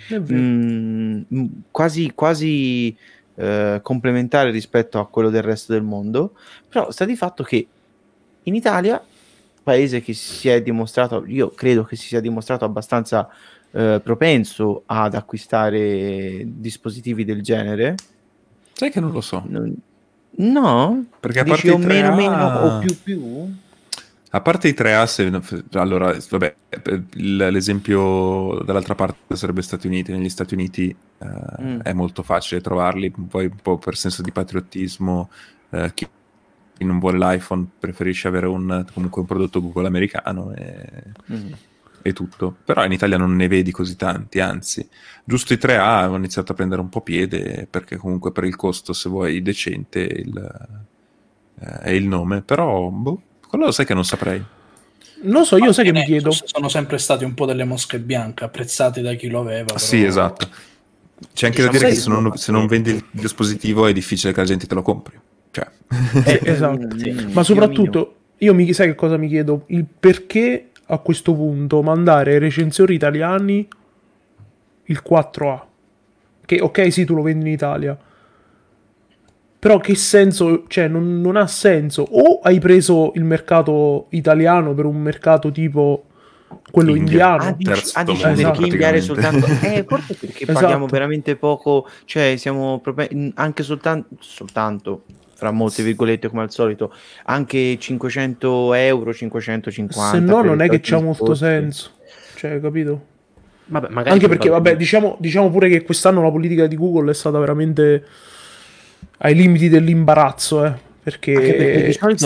quasi complementare rispetto a quello del resto del mondo, però sta di fatto che in Italia, paese che si è dimostrato, io credo che si sia dimostrato abbastanza propenso ad acquistare dispositivi del genere. Sai che non lo so. No? Perché a Dici parte o i 3A, meno o più? A parte i 3A, allora, vabbè, l'esempio dall'altra parte sarebbe Stati Uniti. Negli Stati Uniti è molto facile trovarli, poi un po' per senso di patriottismo, chi non vuole l'iPhone preferisce avere comunque un prodotto Google americano e tutto. Però in Italia non ne vedi così tanti, anzi, giusto i 3A hanno iniziato a prendere un po' piede, perché comunque per il costo, se vuoi, decente è il nome, però quello lo sai che non saprei. Non so, io sai che mi chiedo. Sono sempre stati un po' delle mosche bianche, apprezzati da chi lo aveva. Però... Sì, esatto. C'è anche da dire che se non vendi il dispositivo è difficile che la gente te lo compri. Cioè. Esatto. Ma soprattutto, sai che cosa mi chiedo? Il perché a questo punto mandare ai recensori italiani il 4A? Che ok, sì, tu lo vendi in Italia. Però che senso, cioè non ha senso. O hai preso il mercato italiano per un mercato tipo quello indiano. Perché inviare soltanto forse perché paghiamo veramente poco, cioè siamo anche soltanto fra molte virgolette come al solito, anche 500 euro, 550. Se no non è che c'ha molto senso, cioè, capito? Vabbè, anche perché vabbè, diciamo pure che quest'anno la politica di Google è stata veramente ai limiti dell'imbarazzo, perché di solito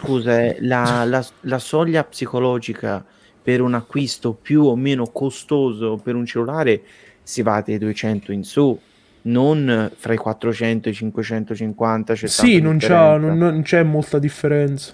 la soglia psicologica per un acquisto più o meno costoso per un cellulare si va dai 200 in su, non fra i 400 e i 550. Sì, non c'è molta differenza.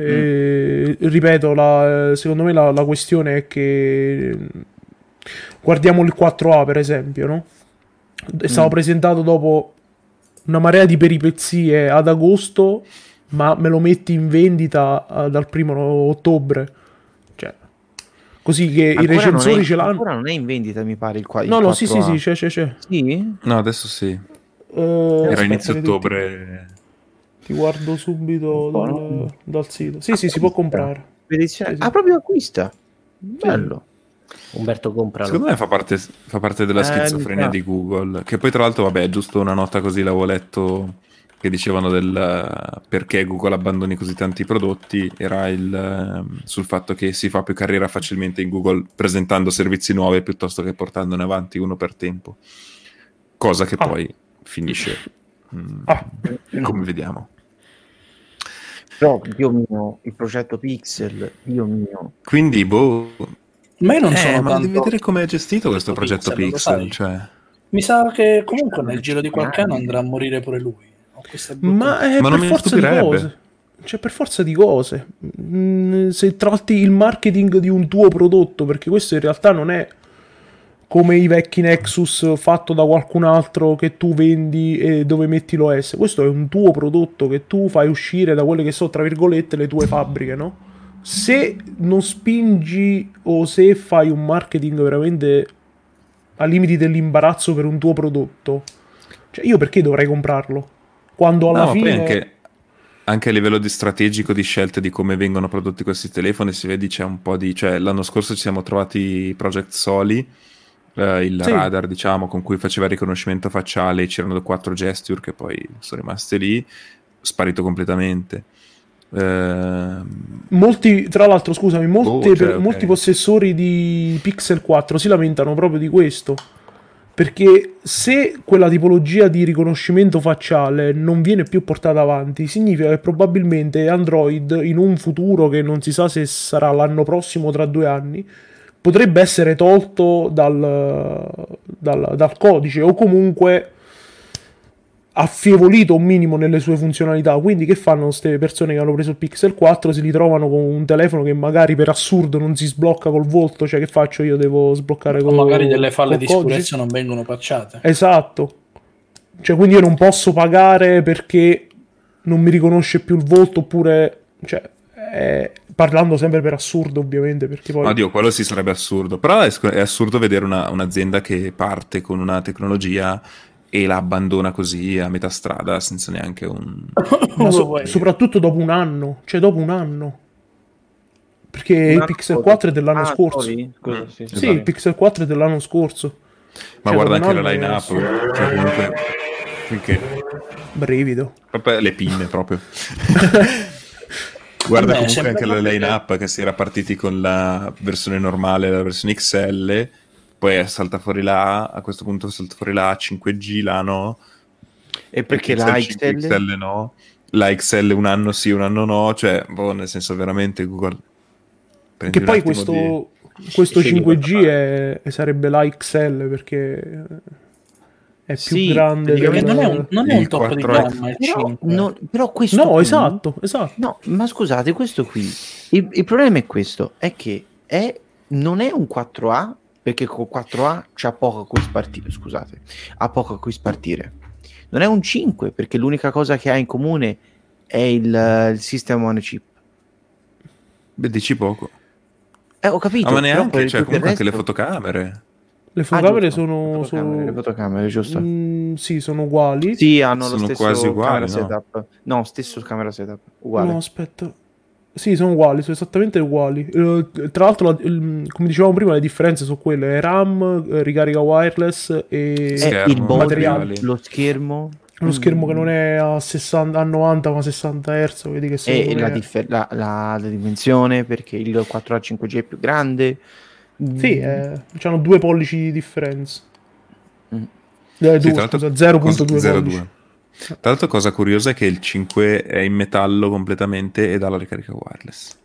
Ripeto, secondo me la questione è che guardiamo il 4A per esempio, no? È stato presentato dopo una marea di peripezie ad agosto, ma me lo metti in vendita dal 1° ottobre, cioè così che i recensori ce l'hanno. Ancora non è in vendita, mi pare il 4A. No, sì, c'è. Sì? No, adesso sì. Era inizio ottobre. Ti guardo subito dal sito. Sì, si può comprare. Proprio acquista. Bello. Umberto compralo. Secondo me fa parte della schizofrenia di Google, che poi tra l'altro vabbè è giusto una nota così, l'avevo letto, che dicevano del perché Google abbandoni così tanti prodotti, era sul fatto che si fa più carriera facilmente in Google presentando servizi nuovi piuttosto che portandone avanti uno per tempo, cosa che poi finisce come vediamo. Però, Dio mio, il progetto Pixel, Dio mio. Quindi, ma io non sono ma devi vedere come è gestito questo progetto Pixel, cioè. Mi sa che comunque nel giro di qualche anno andrà a morire pure lui. Ma per forza di cose. Cioè, per forza di cose. Se tratti il marketing di un tuo prodotto, perché questo in realtà non è come i vecchi Nexus fatto da qualcun altro che tu vendi e dove metti l'OS. Questo è un tuo prodotto che tu fai uscire da quelle che sono, tra virgolette, le tue fabbriche, no? Se non spingi o se fai un marketing veramente a limiti dell'imbarazzo per un tuo prodotto, cioè io perché dovrei comprarlo? quando alla fine... Poi anche a livello di strategico di scelte di come vengono prodotti questi telefoni si vede c'è un po' di... Cioè, l'anno scorso ci siamo trovati Project Soli, il radar, diciamo, con cui faceva il riconoscimento facciale, c'erano 4 gesture che poi sono rimaste lì, sparito completamente. Molti, tra l'altro, scusami, okay. molti possessori di Pixel 4 si lamentano proprio di questo. Perché se quella tipologia di riconoscimento facciale non viene più portata avanti, significa che probabilmente Android, in un futuro che non si sa se sarà l'anno prossimo o tra 2 anni, potrebbe essere tolto dal codice o comunque affievolito un minimo nelle sue funzionalità. Quindi che fanno queste persone che hanno preso il Pixel 4? Si ritrovano con un telefono che magari per assurdo non si sblocca col volto. Cioè, che faccio io? Devo sbloccare o magari delle falle di sicurezza non vengono patchate. Esatto. Cioè, quindi io non posso pagare perché non mi riconosce più il volto, oppure... Cioè, parlando sempre per assurdo, ovviamente, perché poi... Oddio, quello sì sarebbe assurdo. Però è assurdo vedere un'azienda che parte con una tecnologia e la abbandona così a metà strada senza neanche un... Ma soprattutto dopo un anno. Cioè, dopo un anno. Perché il Pixel 4 è dell'anno scorso. Sì, il Pixel 4 è dell'anno scorso. Ma cioè, guarda anche la line-up. Cioè, comunque... Perché? Brivido. Proprio le pinne, proprio. Guarda comunque anche la line-up, che si era partiti con la versione normale, la versione XL, poi salta fuori a questo punto salta fuori la 5G, la no. E perché la XL no? La XL un anno sì, un anno no, cioè, nel senso veramente Google... Che poi questo 5G sarebbe la XL, perché... è più grande non è un top di gamma il 5. Però questo no, qui, esatto. No, ma scusate, questo qui il problema è questo, è che non è un 4A, perché con 4A c'ha poco a cui spartire, scusate, ha poco a cui spartire. Non è un 5, perché l'unica cosa che ha in comune è il System on a Chip. Beh, dici poco. Ho capito. Ma neanche, cioè, comunque anche le fotocamere. Le fotocamere le fotocamere, giusto? Sì, sono uguali. Sì, hanno lo stesso quasi uguali, camera setup. No, stesso camera setup, uguale. No, aspetta. Sì, sono uguali, sono esattamente uguali. Tra l'altro, come dicevamo prima, le differenze sono quelle: RAM, ricarica wireless e il materiale, lo schermo. Lo schermo che non è a 90 ma 60 Hz, vedi che e la dimensione, perché il 4A 5G è più grande. Sì, c'hanno 2 pollici di differenza. Sì, 0.2 Tra l'altro, cosa curiosa è che il 5 è in metallo completamente ed ha la ricarica wireless.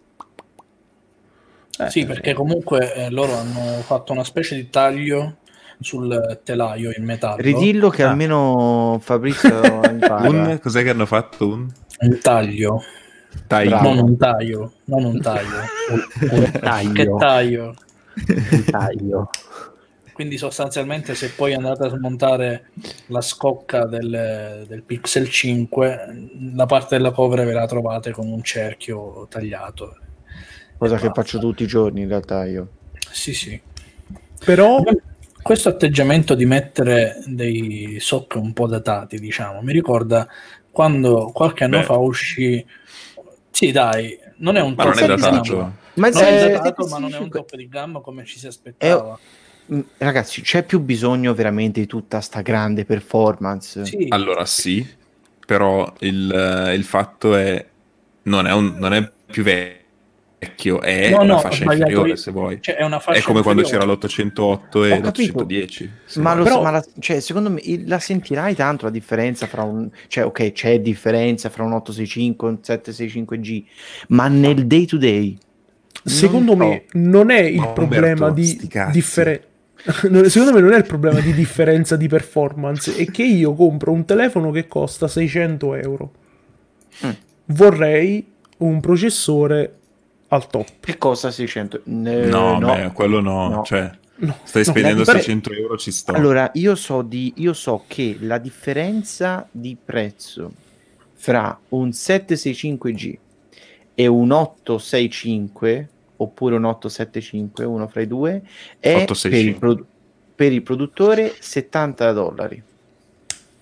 Sì, perché comunque loro hanno fatto una specie di taglio sul telaio in metallo. Ridillo che almeno Fabrizio impara. Cos'è che hanno fatto? Un taglio. Non un taglio. Un taglio. Che taglio? Un taglio. Quindi sostanzialmente, se poi andate a smontare la scocca del Pixel 5, la parte della cover ve la trovate con un cerchio tagliato. Cosa che faccio tutti i giorni in realtà io. Sì. Però questo atteggiamento di mettere dei SoC un po' datati, diciamo, mi ricorda quando qualche anno fa uscì... Sì, dai, non è un top di gamma. Ma non è un top di gamma come ci si aspettava. Ragazzi, c'è più bisogno veramente di tutta sta grande performance? Sì. Allora sì, però il fatto è non è più vecchio, è una fascia inferiore, se vuoi. Cioè, è una fascia è come inferiore. Quando c'era l'808 e l'810. Ma cioè, secondo me la sentirai tanto la differenza fra un... Cioè, ok, c'è differenza fra un 865 e un 765G, ma nel day to day... Secondo me non è il problema di differenza. Secondo me non è il problema di differenza di performance, è che io compro un telefono che costa 600 euro. Vorrei un processore al top. Che costa 600? No, beh, quello no. Cioè, stai spendendo 600 euro, ci sto. Allora, io so che la differenza di prezzo fra un 765G e un 865 oppure un 875, uno fra i due, è per il produttore $70.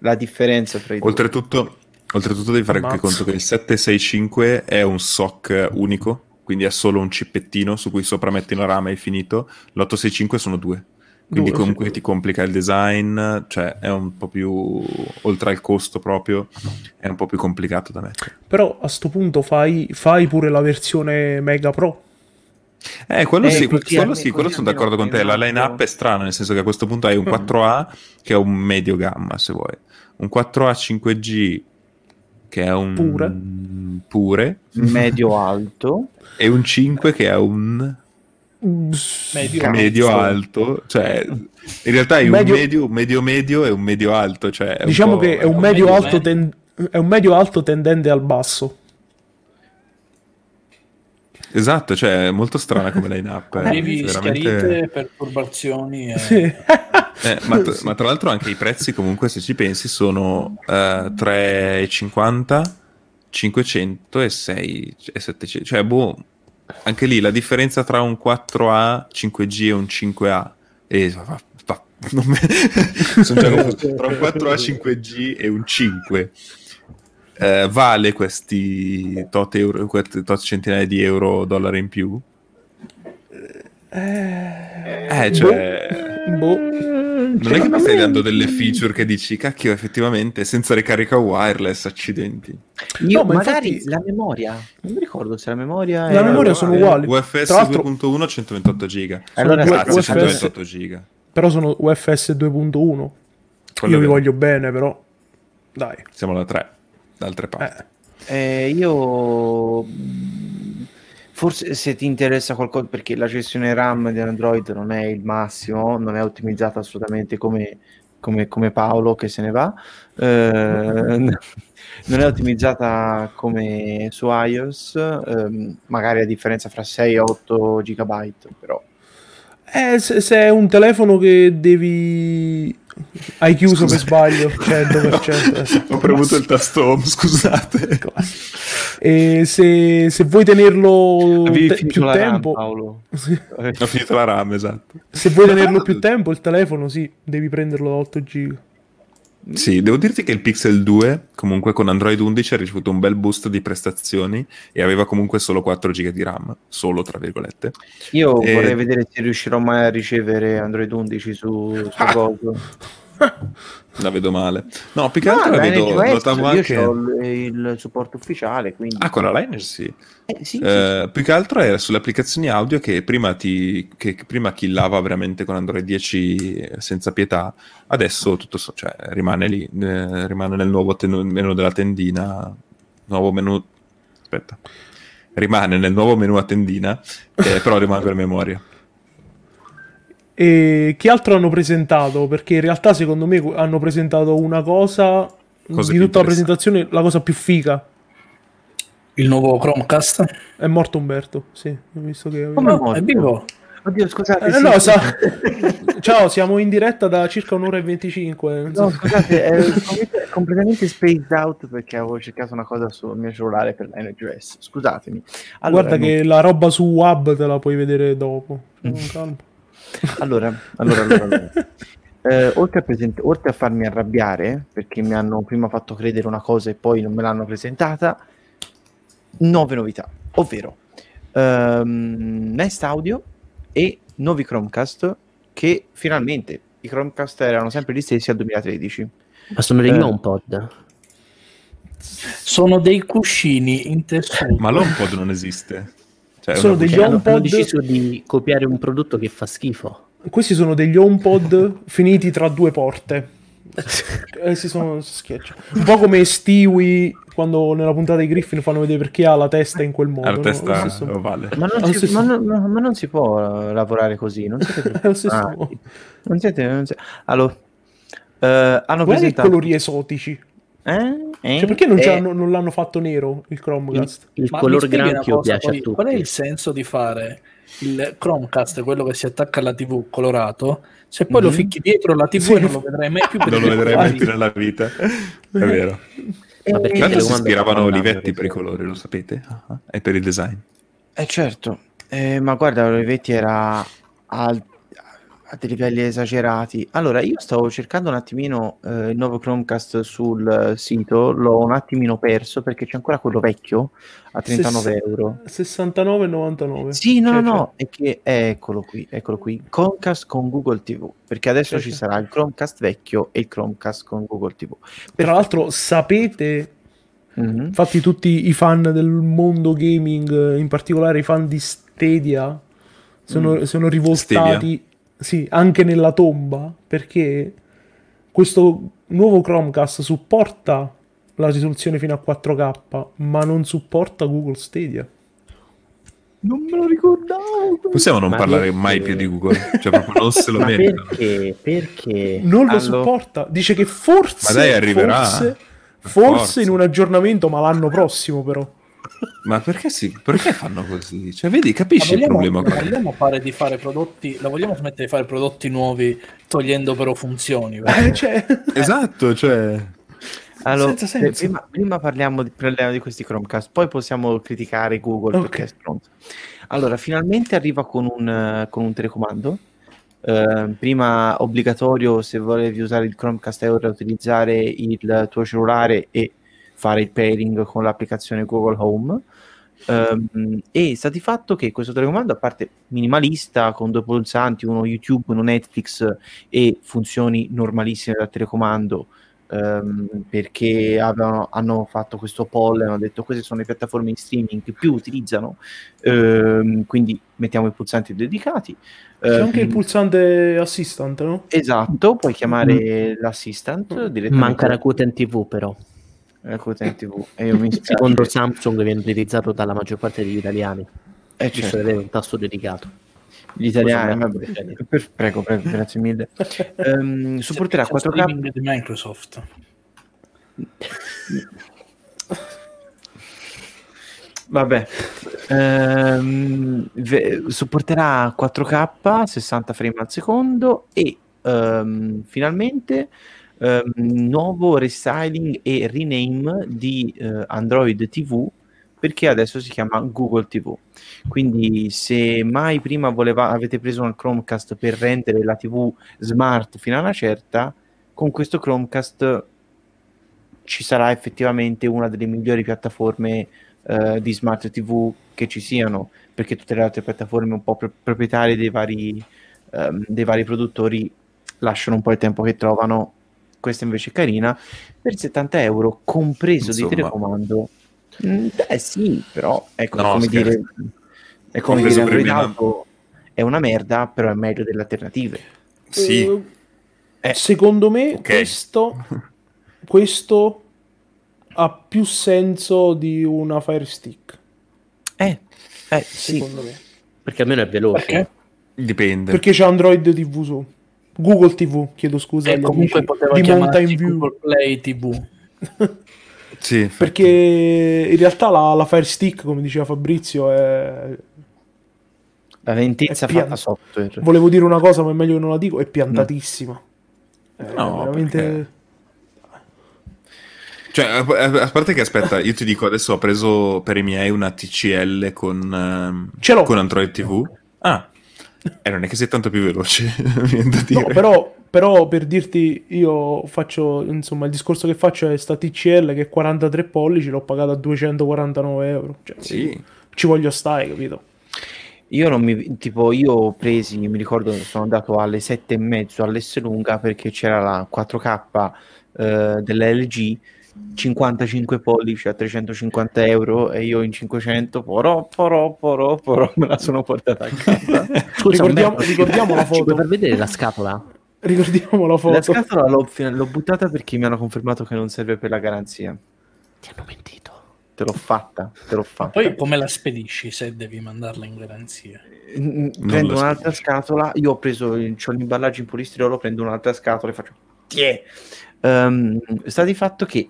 la differenza tra i due. Oltretutto devi fare anche conto che il 765 è un SoC unico, quindi è solo un cippettino su cui sopra metti la RAM e è finito. L'865 sono due. Quindi comunque ti complica il design, cioè è un po' più, oltre al costo proprio, è un po' più complicato da mettere. Però a sto punto fai pure la versione Mega Pro. Quello sono d'accordo con te. La line-up è strana, nel senso che a questo punto hai un 4A che è un medio gamma, se vuoi. Un 4A 5G che è un pure medio alto. E un 5 che è un medio alto, cioè in realtà è un medio e un medio alto, cioè è diciamo che è un medio alto è un medio alto tendente al basso. Esatto, cioè è molto strana come line-up. Avevi schiarite, perturbazioni Sì. ma tra l'altro anche i prezzi comunque, se ci pensi, sono 3,50, 500 e 6 e 700, cioè anche lì la differenza tra un 4A 5G e un 5A sono già confuso. Tra un 4A 5G e un 5 vale questi tot centinaia di euro, dollari in più? Non è che mi stai dando delle feature che dici cacchio, effettivamente senza ricarica wireless, accidenti. Magari infatti... la memoria, non mi ricordo se la memoria sono uguali. UFS 2.1 128 giga. Allora grazie, 128 giga. Però sono UFS 2.1. Io vi voglio bene, però dai. Siamo alla 3 da altre parti. Io forse, se ti interessa qualcosa, perché la gestione RAM di Android non è il massimo, non è ottimizzata assolutamente come Paolo che se ne va, non è ottimizzata come su iOS, magari a differenza fra 6 e 8 GB, però se è un telefono che hai chiuso per sbaglio 100%. Ho premuto il tasto home, scusate. E se vuoi tenerlo più tempo, Paolo. Ho finito la RAM, esatto. Se vuoi tenerlo più tempo, il telefono devi prenderlo da 8 GB. Sì, devo dirti che il Pixel 2 comunque con Android 11 ha ricevuto un bel boost di prestazioni e aveva comunque solo 4 GB di RAM, solo tra virgolette. Io vorrei vedere se riuscirò mai a ricevere Android 11 su Google. La vedo male. No, più che altro la vedo, notavo anche... Io ho il supporto ufficiale, quindi... con la Lineage sì. Sì. Più che altro era sulle applicazioni audio che prima killava veramente con Android 10 senza pietà, adesso tutto rimane lì, rimane nel nuovo menu della tendina, rimane nel nuovo menu a tendina, però rimane per memoria. E che altro hanno presentato? Perché in realtà secondo me hanno presentato una cosa di tutta la presentazione, la cosa più figa. Il nuovo Chromecast? È morto Umberto, sì, ho visto che è vivo. Oddio, scusate. Ciao, siamo in diretta da circa un'ora e 25. No, scusate, è completamente spaced out perché avevo cercato una cosa sul mio cellulare per l'NGS. Scusatemi. Allora, guarda che la roba su Web te la puoi vedere dopo. Calma. Allora. Oltre a farmi arrabbiare perché mi hanno prima fatto credere una cosa e poi non me l'hanno presentata, 9 novità, ovvero Nest Audio e nuovi Chromecast, che finalmente i Chromecast erano sempre gli stessi al 2013. Ma sono degli HomePod. Sono dei cuscini in tessuto. Ma l'HomePod non esiste. Sono degli HomePod. Hanno deciso di copiare un prodotto che fa schifo. Questi sono degli HomePod finiti tra due porte. Si sono schiacciati. Un po' come Stewie quando nella puntata di Griffin fanno vedere perché ha la testa in quel modo. La testa ovale. Ma non si può lavorare così. Non siete non siete. Allora, hanno presentato i colori esotici. Cioè, perché non l'hanno fatto nero il Chromecast? Il color granchio piace a tutti. Qual è il senso di fare il Chromecast, quello che si attacca alla TV colorato, se poi lo ficchi dietro la TV e non lo vedrai mai più? Non lo vedrai mai più nella vita. È vero. Ma perché si ispiravano Olivetti per i colori, lo sapete? E per il design. Certo. Ma guarda, Olivetti era a dei livelli esagerati. Allora, io stavo cercando un attimino il nuovo Chromecast sul sito, l'ho un attimino perso perché c'è ancora quello vecchio a 39 euro. 69,99. Sì, no, è che eccolo qui, Chromecast con Google TV, perché adesso ci sarà il Chromecast vecchio e il Chromecast con Google TV. Tra l'altro, sapete, infatti tutti i fan del mondo gaming, in particolare i fan di Stadia, sono rivoltati sì, anche nella tomba, perché questo nuovo Chromecast supporta la risoluzione fino a 4K, ma non supporta Google Stadia. Non me lo ricordavo. Possiamo non parlare mai più di Google? Cioè proprio non se lo meritano. Perché? Non lo supporta. Dice che forse... Ma dai, arriverà. Forse in un aggiornamento, ma l'anno prossimo però. Ma perché fanno così? Cioè, vedi, capisci il problema? Vogliamo smettere di fare prodotti nuovi togliendo però funzioni? Esatto, cioè... Allora, prima parliamo di questi Chromecast, poi possiamo criticare Google perché è stronzo. Allora, finalmente arriva con un telecomando. Prima obbligatorio, se volevi usare il Chromecast, era utilizzare il tuo cellulare e fare il pairing con l'applicazione Google Home. E sta di fatto che questo telecomando, a parte minimalista, con 2 pulsanti, uno YouTube, uno Netflix e funzioni normalissime dal telecomando, perché hanno fatto questo poll e hanno detto queste sono le piattaforme in streaming che più utilizzano, quindi mettiamo i pulsanti dedicati. C'è anche il pulsante assistant, no? Esatto, puoi chiamare l'assistant direttamente. Manca la Rakuten TV però. Rakuten TV, e io mi spiace. Secondo Samsung viene utilizzato dalla maggior parte degli italiani, certo. avere un tasto dedicato. Gli italiani, prego, grazie mille. Supporterà 4K di Microsoft. Vabbè, supporterà 4K 60 frame al secondo e finalmente nuovo restyling e rename di Android TV, perché adesso si chiama Google TV. Quindi se mai prima avete preso un Chromecast per rendere la TV smart fino a una certa, con questo Chromecast ci sarà effettivamente una delle migliori piattaforme di smart TV che ci siano, perché tutte le altre piattaforme un po' proprietarie dei vari produttori lasciano un po' il tempo che trovano. Questa invece è carina, per 70 euro compreso di telecomando. Sì, però ecco, no, come dire Android Auto è una merda, però è meglio delle alternative. Sì. Secondo me questo ha più senso di una Fire Stick. Sì. Secondo me. Perché almeno è veloce. Perché? Dipende. Perché c'è Android TV su. Google TV, chiedo scusa. E comunque poteva di Mountain chiamarsi View. Google Play TV. Sì, perché in realtà la Fire Stick, come diceva Fabrizio, è la lentezza fatta software. Volevo dire una cosa, ma è meglio che non la dico, è piantatissima. No, veramente... Perché... Cioè, a parte che aspetta, io ti dico, adesso ho preso per i miei una TCL con Android TV. E non è che sei tanto più veloce, viene da dire. No, però per dirti, io faccio, insomma, il discorso che faccio è sta TCL che è 43 pollici, l'ho pagata a 249 euro. Cioè, sì. Ci voglio stare, capito? Io ho presi, mi ricordo che sono andato alle 7,5 all'Esselunga perché c'era la 4K dell'LG 55 pollici a 350 euro e io in 500 porò me la sono portata a casa. Scusa, ricordiamo la foto per vedere la scatola. Ricordiamo la foto. La scatola l'ho buttata perché mi hanno confermato che non serve per la garanzia. Ti hanno mentito. Te l'ho fatta. Poi come la spedisci se devi mandarla in garanzia? Prendo un'altra scatola, io ho l'imballaggio in polistirolo, prendo un'altra scatola e faccio sta di fatto che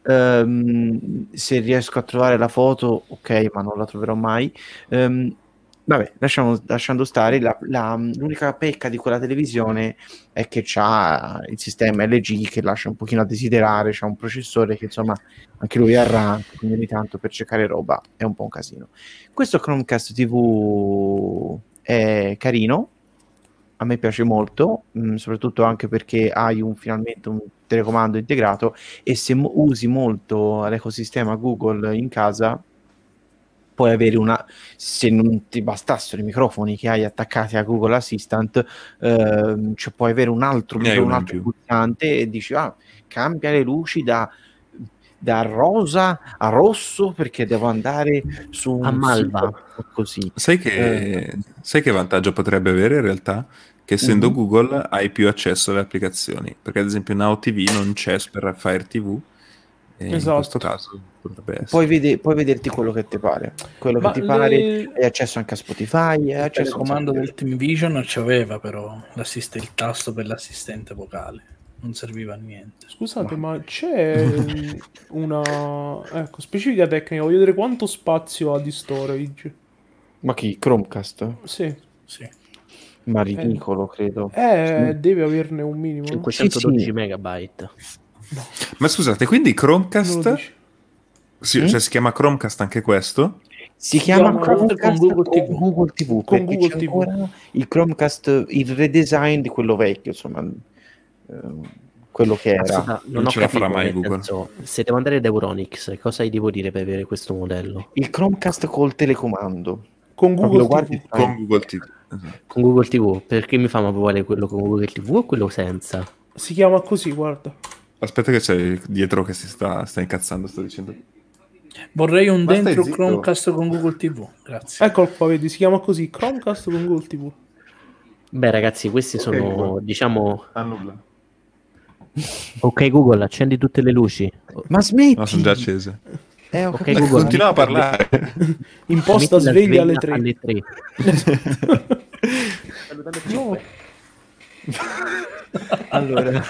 se riesco a trovare la foto, ok, ma non la troverò mai. Vabbè, lasciando stare, l'unica pecca di quella televisione è che c'ha il sistema LG che lascia un pochino a desiderare, c'ha un processore che insomma anche lui arranca, quindi ogni tanto per cercare roba è un po' un casino. Questo Chromecast TV è carino, a me piace molto, soprattutto anche perché hai finalmente un telecomando integrato, e se usi molto l'ecosistema Google in casa puoi avere se non ti bastassero i microfoni che hai attaccati a Google Assistant, cioè puoi avere un altro pulsante e dici cambia le luci da rosa a rosso perché devo andare su a malva così. Sai che vantaggio potrebbe avere in realtà? Che essendo Google hai più accesso alle applicazioni, perché ad esempio Now TV non c'è per Fire TV, e in questo caso potrebbe essere. Puoi vederti quello che ti pare, hai accesso anche a Spotify, il telecomando del Team Vision c'aveva però il tasto per l'assistente vocale, non serviva a niente. Scusate, ma c'è una specifica tecnica, voglio vedere quanto spazio ha di storage. Ma chi? Chromecast? Sì. Ma ridicolo, credo. Deve averne un minimo. 512 megabyte. No. Ma scusate, quindi Chromecast cioè si chiama Chromecast anche questo? Si chiama Chromecast con Google TV, con perché Google c'è TV. ancora il Chromecast, il redesign di quello vecchio, insomma, quello che era. Non ce la farà mai Google. Se devo andare da Euronics, cosa gli devo dire per avere questo modello? Il Chromecast col telecomando con Google TV. Con Google TV. Con Google TV, perché mi fa vuole quello con Google TV o quello senza? Si chiama così, guarda. Aspetta che c'è dietro che si sta incazzando, sto dicendo. Vorrei un dentro Chromecast con Google TV, grazie. Eccolo qua, vedi, si chiama così, Chromecast con Google TV. Beh ragazzi, questi sono, diciamo... Annulla. Ok Google, accendi tutte le luci. Ma smetti! No, sono già accese. Okay, Google, continua a parlare. Imposta sveglia alle 3. Alle 3. No. Allora,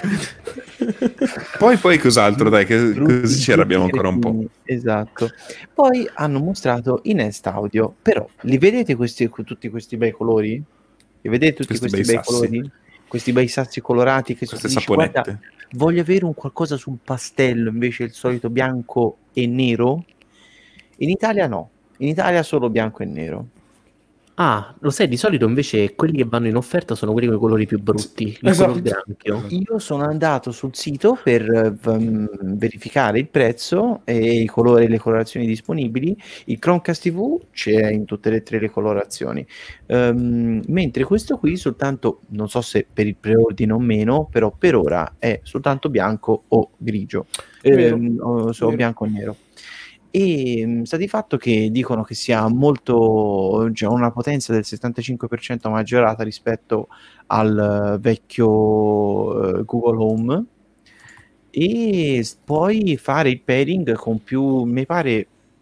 poi cos'altro, dai, che così ci arrabbiamo ancora un po'. Esatto. Poi hanno mostrato i Nest Audio, però li vedete tutti questi bei colori? Li vedete tutti questi bei colori? Questi bei sassi colorati che queste dici, saponette. Guarda, voglio avere un qualcosa sul pastello invece del solito bianco e nero. In Italia no, in Italia solo bianco e nero. Ah, lo sai, di solito invece quelli che vanno in offerta sono quelli con i colori più brutti, il color granchio. Io sono andato sul sito per verificare il prezzo e i colori e le colorazioni disponibili. Il Chromecast TV c'è in tutte e tre le colorazioni, mentre questo qui soltanto, non so se per il preordine o meno, però per ora è soltanto bianco o grigio, o bianco o nero. E sta di fatto che dicono che sia molto, cioè una potenza del 75% maggiorata rispetto al vecchio Google Home, e poi fare il pairing con più, mi pare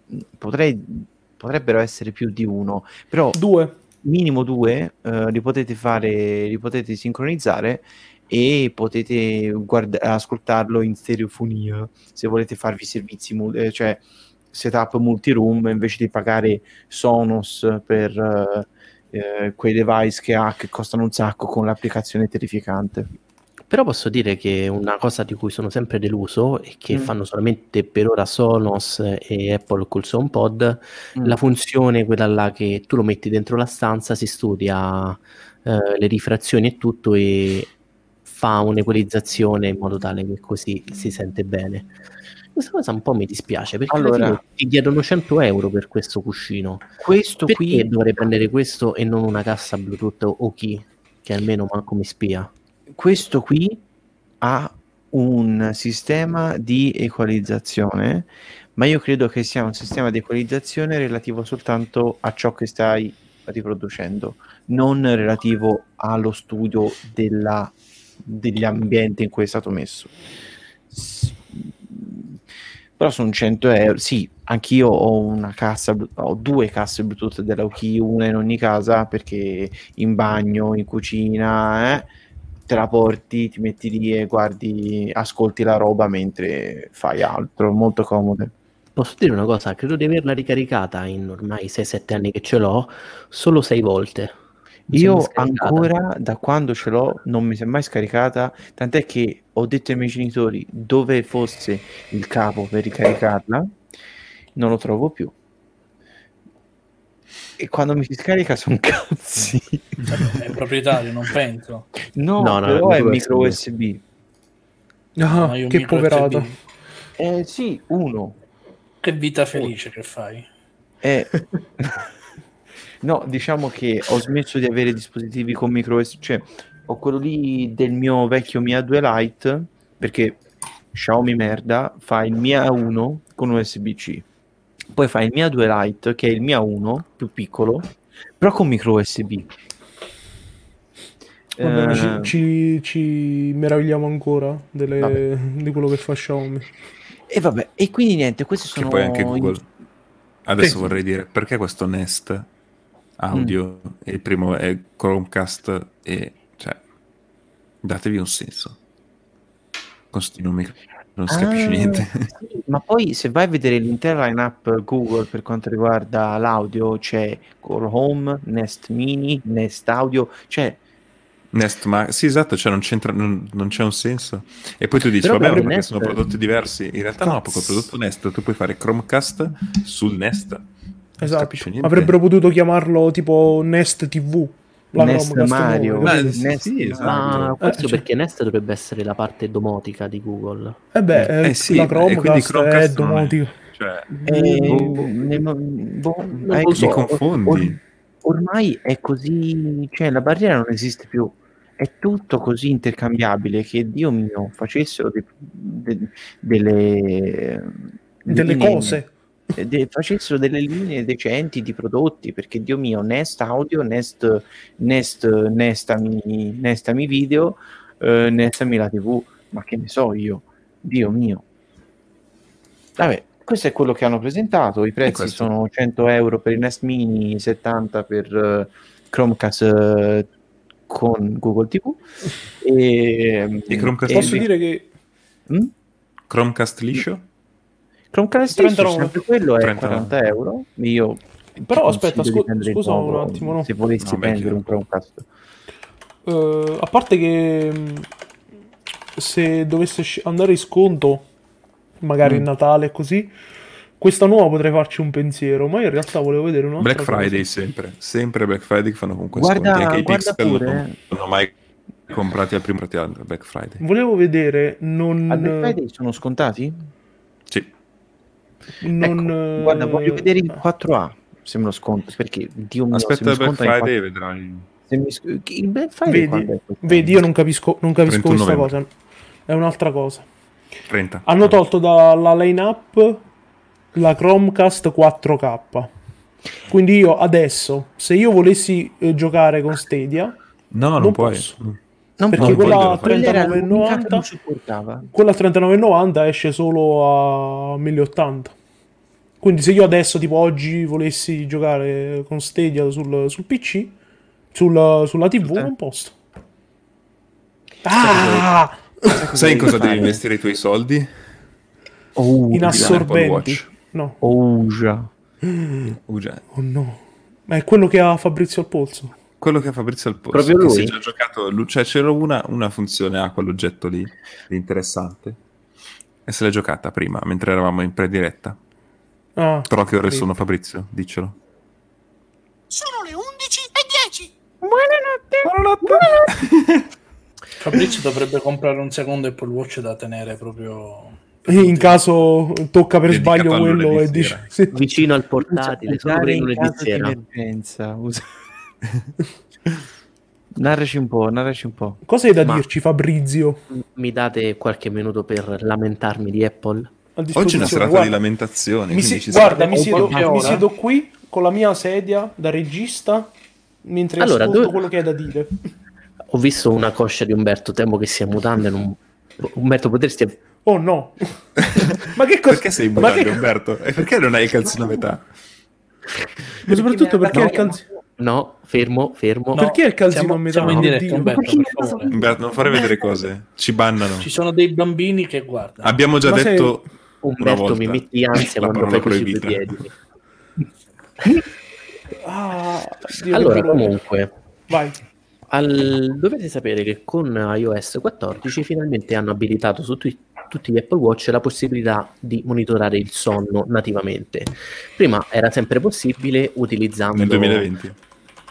potrebbero essere più di uno, però minimo due li potete sincronizzare e potete ascoltarlo in stereofonia se volete farvi servizi cioè setup multi-room, invece di pagare Sonos per quei device che costano un sacco con l'applicazione terrificante. Però posso dire che una cosa di cui sono sempre deluso è che fanno solamente per ora Sonos e Apple col HomePod la funzione quella là che tu lo metti dentro la stanza, si studia le rifrazioni e tutto e fa un'equalizzazione in modo tale che così si sente bene. Questa cosa un po' mi dispiace, perché allora ti chiedono 100 euro per questo cuscino. Perché qui dovrei prendere questo e non una cassa Bluetooth o chi, che almeno manco mi spia? Questo qui ha un sistema di equalizzazione, ma io credo che sia un sistema di equalizzazione relativo soltanto a ciò che stai riproducendo, non relativo allo studio degli ambienti in cui è stato messo. Però sono 100 euro. Sì, anch'io ho due casse Bluetooth della Uki, una in ogni casa, perché in bagno, in cucina, te la porti, ti metti lì e guardi, ascolti la roba mentre fai altro, molto comode. Posso dire una cosa? Credo di averla ricaricata in ormai 6-7 anni che ce l'ho, solo 6 volte. Io ancora, da quando ce l'ho, non mi si è mai scaricata, tant'è che ho detto ai miei genitori dove fosse il capo per ricaricarla, non lo trovo più. E quando mi si scarica sono cazzi. È proprietario, non penso. No, No, però è micro micro USB. Ah, Ma io che micro poverata. USB. Sì, uno. Che vita felice che fai. No, diciamo che ho smesso di avere dispositivi con micro USB, cioè ho quello lì del mio vecchio Mi A2 Lite, perché Xiaomi merda fa il Mi A1 con USB-C, poi fa il Mi A2 Lite che è il Mi A1 più piccolo, però con micro USB. Vabbè, ci meravigliamo ancora di quello che fa Xiaomi. E vabbè, e quindi niente, questi Che sono poi anche Google. Adesso Sì. vorrei dire, perché questo Nest audio e il primo è Chromecast e cioè datevi un senso. Con sti nomi non si capisce niente. Sì, ma poi se vai a vedere l'intera line-up Google per quanto riguarda l'audio, c'è Call Home, Nest Mini, Nest Audio, cioè Nest, ma sì, esatto, cioè non c'entra, non c'è un senso. E poi tu dici, Però vabbè, proprio perché Nest- sono prodotti diversi. In realtà no, perché il prodotto Nest tu puoi fare Chromecast sul Nest. Non si Esatto. capisce niente. Avrebbero potuto chiamarlo tipo Nest TV. La Nest Chromecast Mario. nuova, Ma capito? Nest- sì, esatto. Ma questo sì. perché Nest dovrebbe essere la parte domotica di Google. Sì, La e quindi Chromecast è Chromecast non è- domotica. Cioè, Non lo mi so. confondi. ormai è così, cioè la barriera non esiste più, è tutto così intercambiabile che Dio mio facessero delle linee- Cose. facessero delle linee decenti di prodotti, perché Dio mio, Nest Audio, Nestami Video, Nestami la TV, ma che ne so io, Dio mio. Vabbè, questo è quello che hanno presentato, i prezzi questo. sono 100 euro per il Nest Mini, 70 per Chromecast con Google TV. E Chromecast Posso TV? dire che Chromecast liscio? Chromecast 39. sempre quello è 39. 40 euro. Io Però ti aspetta, consiglio di prendere il scusa un nuovo, attimo, no? se volessi No, beh, prendere chiaro. un Chromecast. a parte che se dovesse andare in sconto, magari in Natale così, questa nuova potrei farci un pensiero, ma io in realtà volevo vedere un'altra Black Friday sempre Black Friday che fanno comunque Guarda- sconti. Anche i guarda Pixel pure. non ho mai comprati al primo al Black Friday. Volevo vedere, non... Al Black Friday sono scontati? Sì. non Ecco, guarda, voglio vedere il 4A se me lo sconto, perché Dio mio, Aspetta se mi il Black scontano Friday e vedrai. il Black Friday quando è questo? Vedi, io non capisco 31 questa novembre. cosa, è un'altra cosa. 30. Hanno tolto dalla line-up la Chromecast 4K. Quindi io adesso, se io volessi giocare con Stadia, No, non puoi. posso. Non Perché puoi, quella a quella era l'unica che 39,90 non supportava. quella a 39,90 esce solo a 1080. Quindi se io adesso, tipo oggi, volessi giocare con Stadia sul PC, sulla TV, non posso. Ah! Sai in cosa devi fare? investire i tuoi soldi? In Apple assorbenti. Watch. No. Già. Già. Oh no. Ma è quello che ha Fabrizio al polso. Quello che fa Fabrizio al posto. Proprio che lui? si è già giocato, cioè c'era una funzione a quell'oggetto lì di interessante e se l'è giocata prima mentre eravamo in prediretta. Ah, Però che ore sì. sono, Fabrizio? Diccelo. Sono le 11:10. Fabrizio dovrebbe comprare un secondo Apple Watch da tenere proprio In caso tocca per Dedicato sbaglio all'ora quello di e sera. dici... Sì. Vicino al portatile, solo per Usare in lunedì caso di sera. emergenza. Narraci un po'. Cosa hai da Ma- dirci, Fabrizio? Mi date qualche minuto per lamentarmi di Apple? A Oggi è una disposizione. serata Guarda, di lamentazioni. mi, quindi si- ci guarda, sarà- mi siedo, qualche mi ora. siedo qui con la mia sedia da regista mentre Allora, ascolto dove- quello che hai da dire. Ho visto una coscia di Umberto, temo che sia mutande. Umberto, potresti... Oh no! Ma che cosa? Perché sei in Ma mutande, che... Umberto? E perché non hai il calzino a metà? Ma soprattutto perché No. il calzino... No, fermo. No, Perché il calzino siamo- a metà? siamo in Oddio. diretta, Umberto, per favore. Umberto, non fare vedere cose. Ci bannano. Ci sono dei bambini che guardano. Abbiamo già Ma sei- detto una Umberto, volta mi metti ansia la quando parola fai così sui proibita. piedi. Ah, Dio, Allora, che dolore. comunque, Vai. dovete sapere che con iOS 14 finalmente hanno abilitato su tutti gli Apple Watch la possibilità di monitorare il sonno nativamente. Prima era sempre possibile utilizzando... Nel 2020.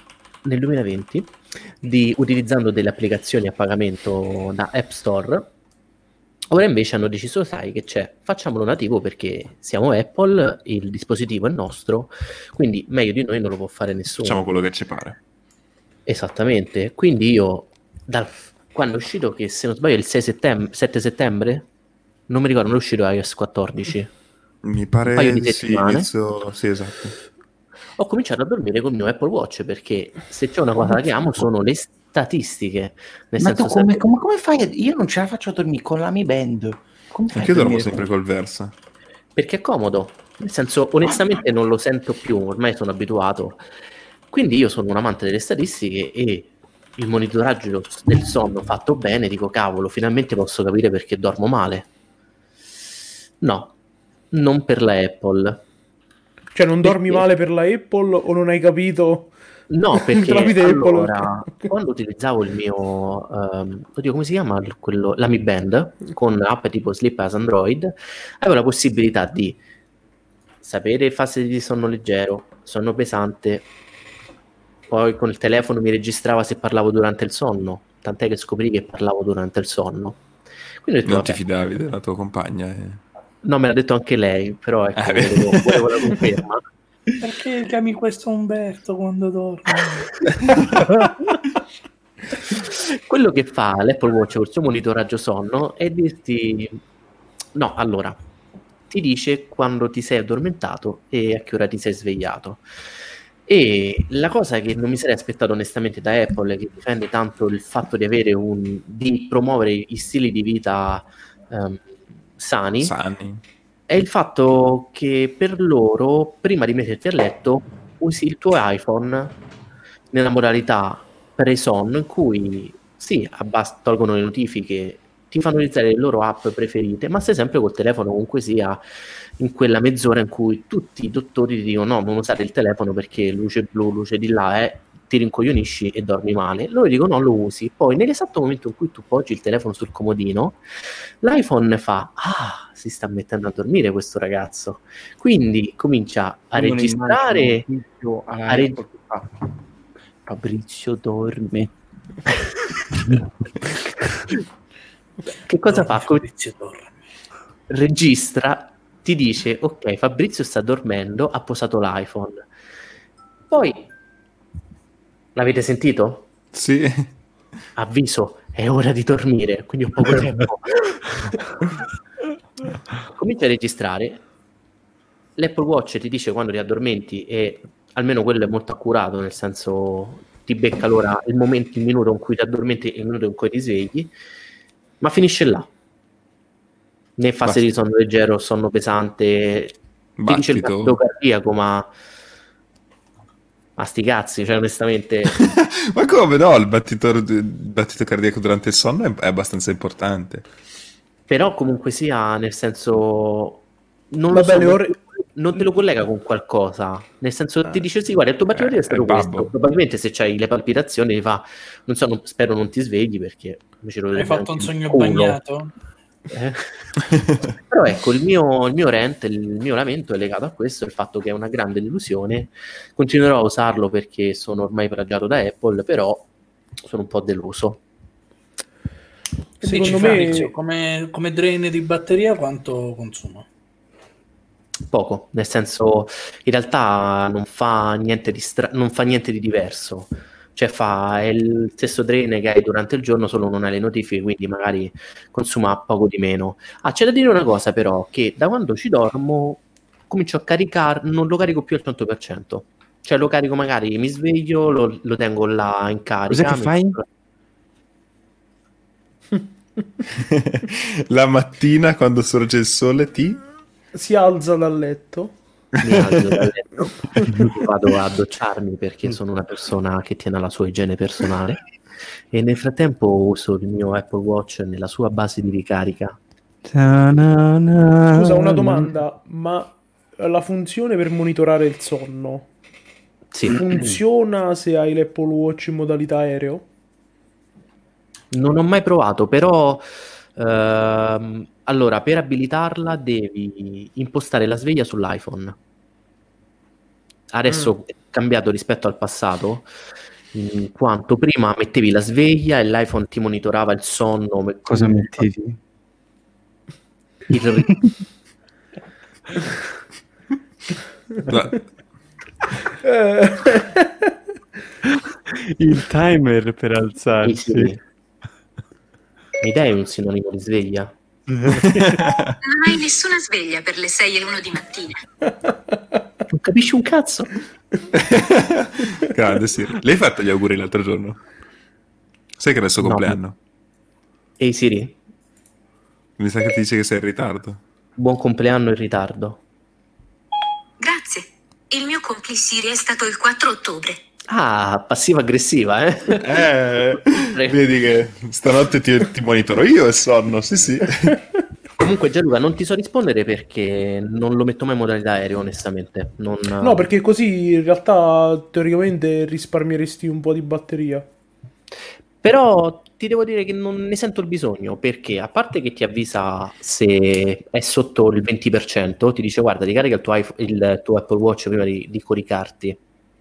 nel 2020 utilizzando delle applicazioni a pagamento da App Store. Ora invece hanno deciso, sai che c'è, facciamolo nativo perché siamo Apple, il dispositivo è nostro, quindi meglio di noi non lo può fare nessuno. Facciamo quello che ci pare. Esattamente, quindi io quando è uscito, che se non sbaglio il 7 settembre, non mi ricordo, non è uscito iOS 14. Mi pare un paio di sì, settimane. sì, esatto. Ho cominciato a dormire con il mio Apple Watch perché se c'è una cosa che amo sono le statistiche. Nel Ma senso, tu come fai? Io non ce la faccio a dormire con la Mi Band. Come fai Anche io a dormo dormire sempre col Versa. perché è comodo. Nel senso, onestamente non lo sento più, ormai sono abituato. Quindi io sono un amante delle statistiche e il monitoraggio del sonno fatto bene, dico cavolo, finalmente posso capire perché dormo male. No, non per la Apple. Cioè, non dormi Perché? male per la Apple o non hai capito? No, perché Tramite allora, Apple. quando utilizzavo il mio, oddio, come si chiama? La Mi Band, con app tipo Sleep as Android, avevo la possibilità di sapere fase di sonno leggero, sonno pesante, poi con il telefono mi registrava se parlavo durante il sonno, tant'è che scoprì che parlavo durante il sonno. Quindi ho detto, Non ti vabbè, fidavi della tua compagna? no, me l'ha detto anche lei, però ecco, volevo la conferma. Perché chiami questo Umberto quando dormi? Quello che fa l'Apple Watch col suo monitoraggio sonno è dirti no, allora ti dice quando ti sei addormentato e a che ora ti sei svegliato. E la cosa che non mi sarei aspettato onestamente da Apple, che difende tanto il fatto di promuovere gli stili di vita sani, è il fatto che per loro, prima di metterti a letto, usi il tuo iPhone nella modalità pre-sonno, in cui sì, tolgono le notifiche, ti fanno iniziare le loro app preferite, ma stai sempre col telefono, comunque sia in quella mezz'ora in cui tutti i dottori ti dicono no, non usate il telefono perché luce blu, luce di là, ti rincoglionisci e dormi male. Loro dicono no, lo usi. Poi nell'esatto momento in cui tu poggi il telefono sul comodino, l'iPhone fa si sta mettendo a dormire questo ragazzo, quindi comincia a registrare Fabrizio dorme. Che cosa fa? Fabrizio dorme. Registra, ti dice ok, Fabrizio sta dormendo, ha posato l'iPhone. Poi l'avete sentito? Sì. Avviso, è ora di dormire, quindi ho poco tempo. Comincia a registrare, l'Apple Watch ti dice quando ti addormenti e almeno quello è molto accurato, nel senso ti becca l'ora, il minuto in cui ti addormenti e il minuto in cui ti svegli, ma finisce là. Né fase di sonno leggero, sonno pesante, ti dice il battito cardiaco, ma sti cazzi, cioè onestamente. Ma come no? Il battito cardiaco durante il sonno è abbastanza importante. Però comunque sia, nel senso non te lo collega con qualcosa, nel senso ti dice sì, guarda, il tuo battito cardiaco è stato questo, probabilmente se c'hai le palpitazioni ti fa, non so, spero non ti svegli perché invece lo hai fatto un sogno culo. bagnato? Però ecco, il mio rant, il mio lamento è legato a questo, il fatto che è una grande delusione. Continuerò a usarlo perché sono ormai plagiato da Apple, però sono un po' deluso. Secondo me Fabrizio, come drain di batteria quanto consuma? Poco, nel senso in realtà non fa niente di diverso, cioè è il stesso drain che hai durante il giorno, solo non hai le notifiche, quindi magari consuma poco di meno. C'è da dire una cosa però, che da quando ci dormo comincio a caricare, non lo carico più al 100%, cioè lo carico, magari mi sveglio, lo tengo là in carica. Cosa che fai? La mattina quando sorge il sole si alza dal letto. Mi alzo dal letto, vado a docciarmi perché sono una persona che tiene alla sua igiene personale e nel frattempo uso il mio Apple Watch nella sua base di ricarica. Scusa, una domanda, ma la funzione per monitorare il sonno funziona se hai l'Apple Watch in modalità aereo? Non ho mai provato, però allora per abilitarla devi impostare la sveglia sull'iPhone. Adesso è cambiato rispetto al passato, in quanto prima mettevi la sveglia e l'iPhone ti monitorava il sonno. Cosa mettevi? Il timer per alzarsi. Sì. Mi dai un sinonimo di sveglia? Non hai nessuna sveglia per le 6:01 di mattina. Non capisci un cazzo? Grande, sì. Lei hai fatto gli auguri l'altro giorno? Sai che è il suo compleanno? Ehi Siri? Mi sa che ti dice che sei in ritardo. Buon compleanno in ritardo. Grazie. Il mio complisiri è stato il 4 ottobre. Ah, passiva-aggressiva, Vedi che stanotte ti monitoro io e sonno, sì. Comunque Gianluca, non ti so rispondere perché non lo metto mai in modalità aereo, onestamente. No, perché così in realtà teoricamente risparmieresti un po' di batteria. Però ti devo dire che non ne sento il bisogno, perché a parte che ti avvisa se è sotto il 20%, ti dice guarda, ricarica il tuo Apple Watch prima di coricarti.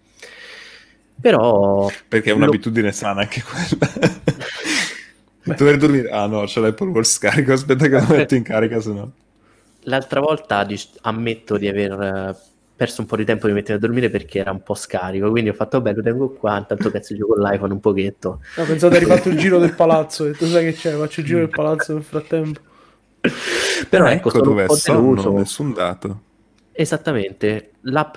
Però... Perché è un'abitudine sana anche quella. Dover dormire... Ah no, c'è l'Apple Watch scarico, aspetta che lo metto in carica, se no... L'altra volta ammetto di aver perso un po' di tempo di mettere a dormire perché era un po' scarico, quindi ho fatto bello, tengo qua, intanto cazzo con l'iPhone un pochetto. No, pensate, hai rifatto il giro del palazzo, e tu sai che c'è, faccio il giro del palazzo nel frattempo. Però ecco, sono dove un po' deluso. Nessun dato. Esattamente, l'app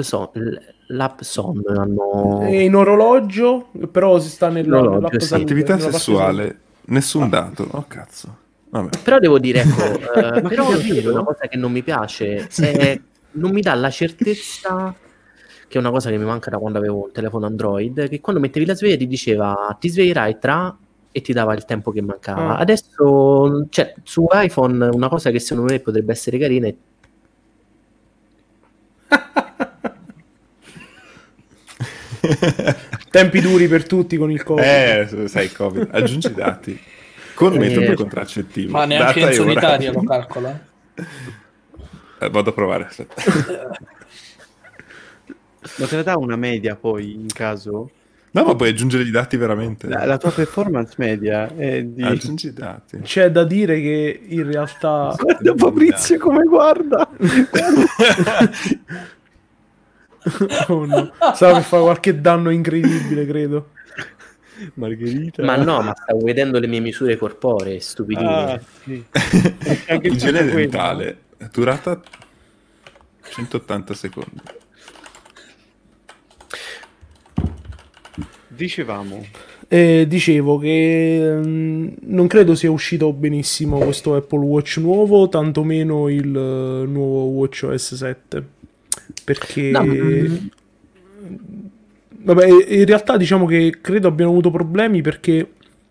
Son hanno... È in orologio, però si sta nell'app sì. salute, Attività nella parte sessuale, salute. nessun dato. Oh cazzo. Vabbè. Però devo dire, ecco, però una cosa che non mi piace è non mi dà la certezza, che è una cosa che mi manca da quando avevo un telefono Android, che quando mettevi la sveglia ti diceva ti sveglierai tra, e ti dava il tempo che mancava. Adesso, cioè, su iPhone una cosa che secondo me potrebbe essere carina è... Tempi duri per tutti con il Covid. Sai il Covid. Aggiungi i dati con metodo contraccettivo. Ma neanche in solitaria lo calcola? Vado a provare, aspetta. Ma te ne dà una media poi in caso? No, ma puoi aggiungere i dati veramente. La tua performance media è di... Aggiungi i dati. C'è da dire che in realtà... Guarda Fabrizio come guarda! Oh no. Stava per fare qualche danno incredibile, credo. Margherita. Ma no, ma stavo vedendo le mie misure corporee, stupidini. Ah, sì. Igiene dentale, durata 180 secondi. Dicevamo. Dicevo che non credo sia uscito benissimo questo Apple Watch nuovo, tantomeno il nuovo WatchOS 7. Perché... No, vabbè, in realtà diciamo che credo abbiano avuto problemi perché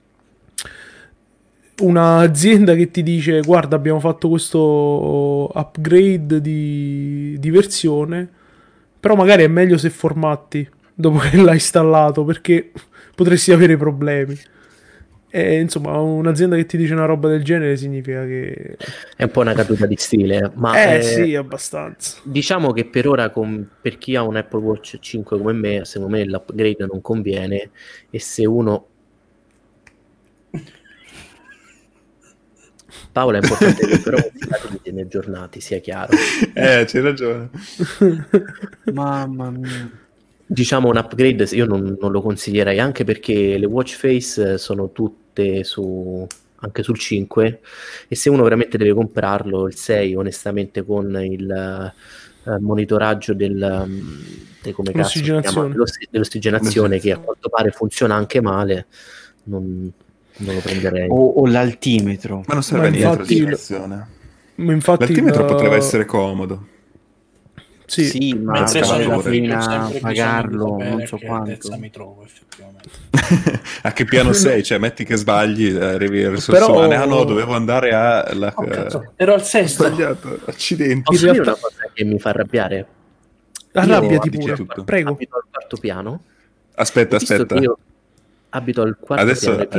un'azienda che ti dice guarda abbiamo fatto questo upgrade di versione, però magari è meglio se formatti dopo che l'hai installato perché potresti avere problemi. E, insomma, un'azienda che ti dice una roba del genere significa che è un po' una caduta di stile, ma sì, abbastanza. diciamo che per ora per chi ha un Apple Watch 5 come me, secondo me l'upgrade non conviene, e se uno... Paolo, è importante che però si tiene aggiornati, sia chiaro. C'hai ragione. Mamma mia. Diciamo un upgrade io non lo consiglierei, anche perché le watch face sono tutte anche sul 5, e se uno veramente deve comprarlo, il 6 onestamente con il monitoraggio dell'ossigenazione che a quanto pare funziona anche male, non lo prenderei. O l'altimetro. Ma non serve niente l'ossigenazione. Infatti L'altimetro potrebbe essere comodo. Sì, ma vale la pena pagarlo, non so quanto. Mi trovo effettivamente. A che piano sei? Cioè, metti che sbagli, arrivi alle risorse umane. Ah no, dovevo andare ero al sesto. Ho sbagliato, accidenti. Posso dire una cosa che mi fa arrabbiare? Arrabbiati pure, prego. Abito al quarto piano. Aspetta. Io abito al quarto Adesso piano.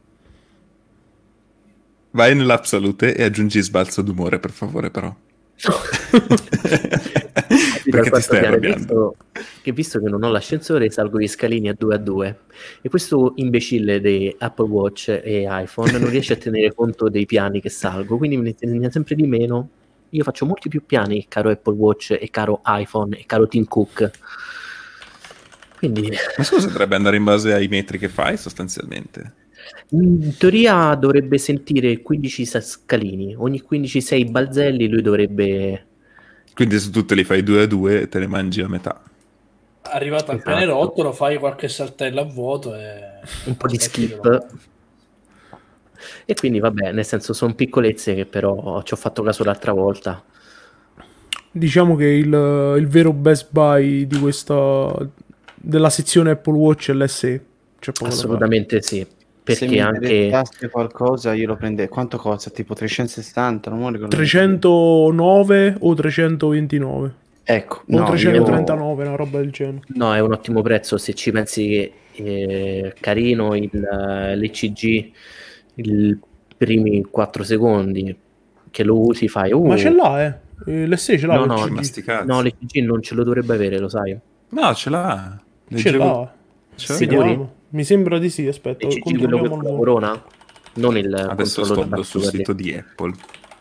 vai nell'app salute e aggiungi sbalzo d'umore, per favore, però. Perché ti stai arrabbiando? Visto che non ho l'ascensore, salgo gli scalini a 2 e questo imbecille di Apple Watch e iPhone non riesce a tenere conto dei piani che salgo, quindi me ne insegna sempre di meno. Io faccio molti più piani, caro Apple Watch e caro iPhone e caro Tim Cook. Quindi... Ma scusa, dovrebbe andare in base ai metri che fai sostanzialmente? In teoria dovrebbe sentire 15 scalini, ogni 15 balzelli lui dovrebbe... Quindi se tu te li fai 2 a 2 te ne mangi a metà. Arrivato al pianerottolo, fai qualche saltello a vuoto e... un po' di skip. E quindi vabbè, nel senso sono piccolezze che però ci ho fatto caso l'altra volta. Diciamo che il vero best buy di questa della sezione Apple Watch è l'SE. Assolutamente sì. Perché se mi anche interessasse qualcosa io lo prendevo. Quanto costa? Tipo 360? Non mi ricordo. 309 o 329? Ecco, o 339, una roba del genere. No, è un ottimo prezzo se ci pensi che carino l'ECG i primi 4 secondi che lo usi fai ma ce l'ha l'SE ce l'ha no, l'ECG non ce lo dovrebbe avere, lo sai? No, ce l'ha. Ce l'ha. Sicuri? Mi sembra di sì, aspetta, quello con la corona, non il adesso sto sul sito di Apple.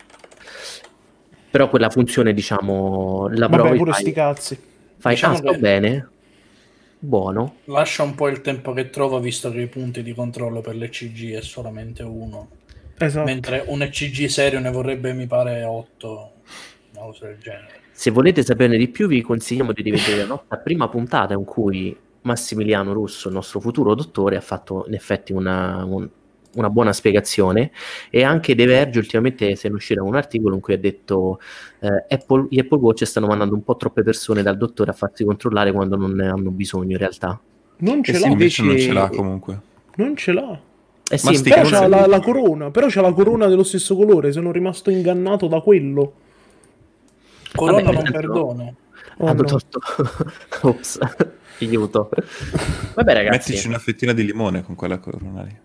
Però quella funzione, diciamo, la vabbè, provi, pure sti cazzi. Fai, diciamo sto bene, buono. Lascia un po' il tempo che trova, visto che i punti di controllo per l'ECG è solamente 1. Esatto. Mentre un ECG serio ne vorrebbe, mi pare, 8, una cosa del genere. Se volete saperne di più vi consigliamo di rivedere la nostra prima puntata in cui Massimiliano Russo, il nostro futuro dottore, ha fatto in effetti una buona spiegazione, e anche The Verge ultimamente se ne uscirà un articolo in cui ha detto gli Apple Watch stanno mandando un po' troppe persone dal dottore a farsi controllare quando non ne hanno bisogno in realtà. Non ce l'ha, invece non ce l'ha comunque. Non ce l'ha. Sì, però c'ha la corona, però c'ha la corona dello stesso colore, sono rimasto ingannato da quello. Corona non perdono. Hanno tolto. Ops. Aiuto. Vabbè ragazzi, mettici una fettina di limone con quella corona lì.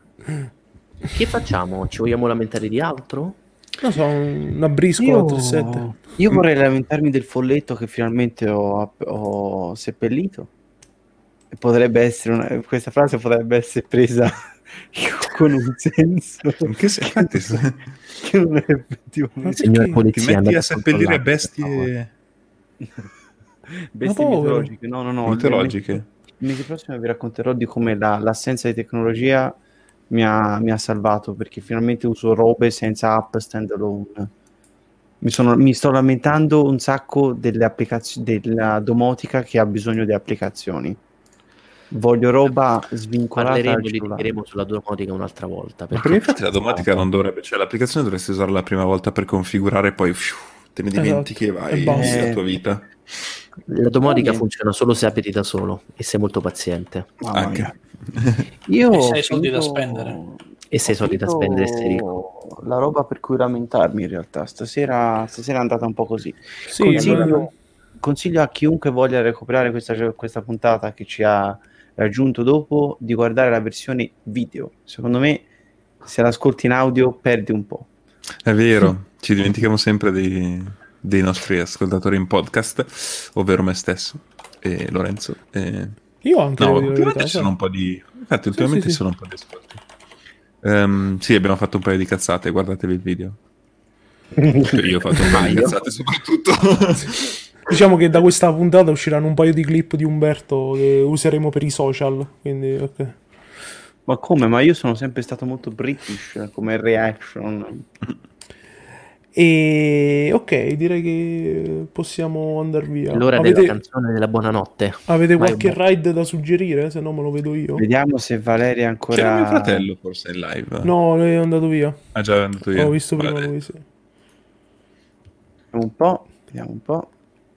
Che facciamo? Ci vogliamo lamentare di altro? Non so, una briscola 3-7. Io vorrei lamentarmi del folletto che finalmente ho seppellito. E potrebbe essere questa frase potrebbe essere presa con un senso. In che senso? Che non è effettivamente. Signor polizia, ti metti a seppellire bestie mitologiche. No. Mitologiche. Il mese prossimo vi racconterò di come l'assenza di tecnologia mi ha salvato, perché finalmente uso robe senza app standalone. Mi sto lamentando un sacco delle applicazioni della domotica che ha bisogno di applicazioni. Voglio roba svincolata. Parleremo sulla domotica un'altra volta. Perché infatti la domotica non dovrebbe, cioè l'applicazione dovresti usarla la prima volta per configurare, poi te ne dimentichi e vai la tua vita. La domotica funziona solo se abiti da solo e sei molto paziente. Anche. Io e sei soldi da spendere. E sei soldi da spendere, sei ricco. La roba per cui lamentarmi in realtà. Stasera è andata un po' così. Sì, consiglio a chiunque voglia recuperare questa puntata che ci ha raggiunto dopo di guardare la versione video. Secondo me se l'ascolti in audio perdi un po'. È vero, ci dimentichiamo sempre dei nostri ascoltatori in podcast, ovvero me stesso e Lorenzo. Io anche. No, ultimamente ci sono un po' di... Infatti ultimamente ci sono un po' di ascolti. Sì, abbiamo fatto un paio di cazzate, guardatevi il video. Io ho fatto un paio di cazzate soprattutto. Diciamo che da questa puntata usciranno un paio di clip di Umberto che useremo per i social, quindi ok. Ma come? Ma io sono sempre stato molto British come reaction. E ok, direi che possiamo andare via. L'ora della canzone della buonanotte. Avete qualche ride da suggerire? Se no me lo vedo io. Vediamo se Valeria è ancora... C'era mio fratello forse in live. No, lui è andato via. Ah, già è andato via. Ho visto prima lui, sì. Vediamo un po'.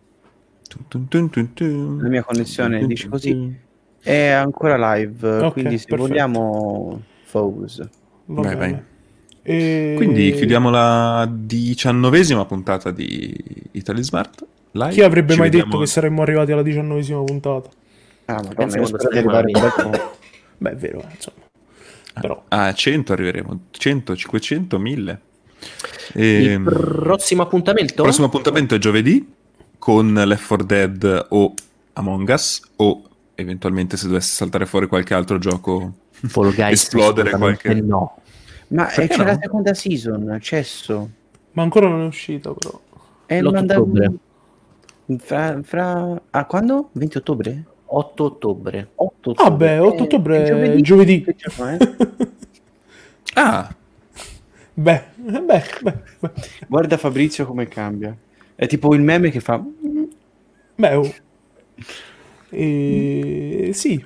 La mia connessione dice così. È ancora live, okay, quindi se perfetto. vogliamo focus. Vai. Quindi chiudiamo la 19ª puntata di Italy Smart Live. Chi avrebbe mai detto che saremmo arrivati alla 19ª puntata? Madonna, io spero di arrivare dopo. Beh, è vero, insomma. Però. A 100 arriveremo, 100, 500, 1000. Il prossimo appuntamento? Il prossimo appuntamento è giovedì, con Left 4 Dead o Among Us, o eventualmente se dovesse saltare fuori qualche altro gioco, Fall Guys esplodere qualche... no. Ma Perché c'è no? la seconda season, Cesso. Ma ancora non è uscita, però. L'8 ottobre. A quando? 20 ottobre? 8 ottobre. 8 ottobre. Ah beh, 8 ottobre è è giovedì. Che giorno è? Ah, Beh. Guarda Fabrizio come cambia. È tipo il meme che fa... Beh, oh. Sì.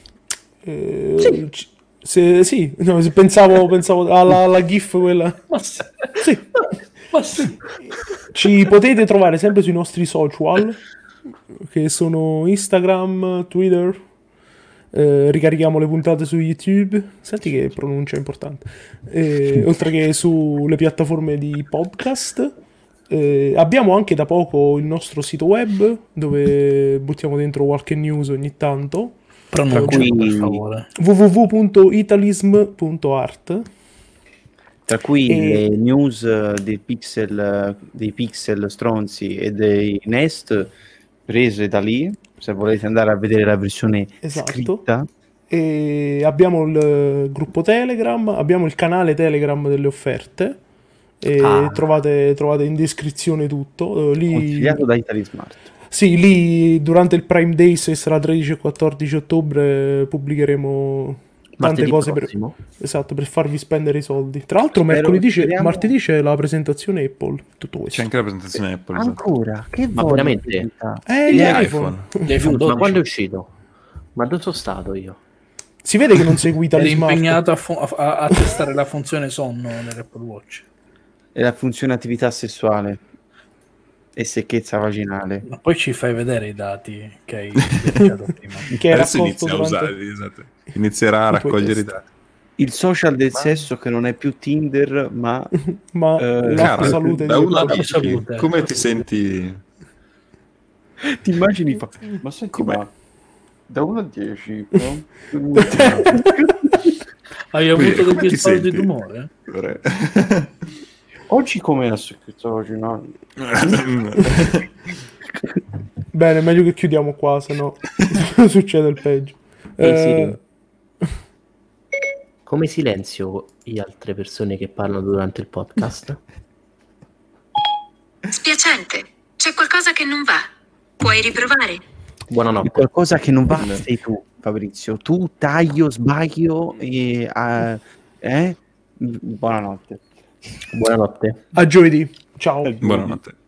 Sì. No, pensavo alla GIF quella. Ma sì. Sì. Ma sì. Ci potete trovare sempre sui nostri social, che sono Instagram, Twitter. Ricarichiamo le puntate su YouTube. Senti che pronuncia importante. Oltre che sulle piattaforme di podcast. Abbiamo anche da poco il nostro sito web, dove buttiamo dentro qualche news ogni tanto. Pronuncia, cui- per favore. www.italism.art. Tra cui E- le news dei pixel stronzi e dei Nest prese da lì, se volete andare a vedere la versione Esatto. scritta. E abbiamo il gruppo Telegram, abbiamo il canale Telegram delle offerte. E trovate in descrizione tutto. Lì, Consigliato da Italismart. sì, lì durante il Prime Days, che sarà 13 e 14 ottobre, pubblicheremo tante Martedì cose prossimo. per farvi spendere i soldi. Tra l'altro, Speriamo- martedì c'è la presentazione Apple. Tutto questo. c'è anche la presentazione Apple. esatto. Ancora? Che Ma voglio veramente? presentare? Gli Gli iPhone. Gli iPhone 12. Ma quando è uscito? Ma dove sono stato io? Si vede che non segui Eri Italismart. impegnato a testare la funzione sonno nell'Apple Watch. E la funzione attività sessuale e secchezza vaginale. Ma poi ci fai vedere i dati che hai cercato prima. Che era Adesso inizia a usare, esatto. Inizierà a i tuoi raccogliere i test. dati. Il social del sesso che non è più Tinder, ma Ma Cara, l'app salute da di 1 a Apple. 10, salute. come ti senti? ti immagini ma senti, Com'è? ma da 1 a 10, no? Hai avuto Come degli ti stati senti? d'umore? Oggi com'è la secchezza vaginale? Bene, meglio che chiudiamo qua, se no succede il peggio. Siri, come silenzio le altre persone che parlano durante il podcast? Spiacente. C'è qualcosa che non va. Puoi riprovare. Buonanotte. Qualcosa che non va sei tu, Fabrizio. Tu taglio, sbaglio e buonanotte. Buonanotte. A giovedì. Ciao. Buonanotte.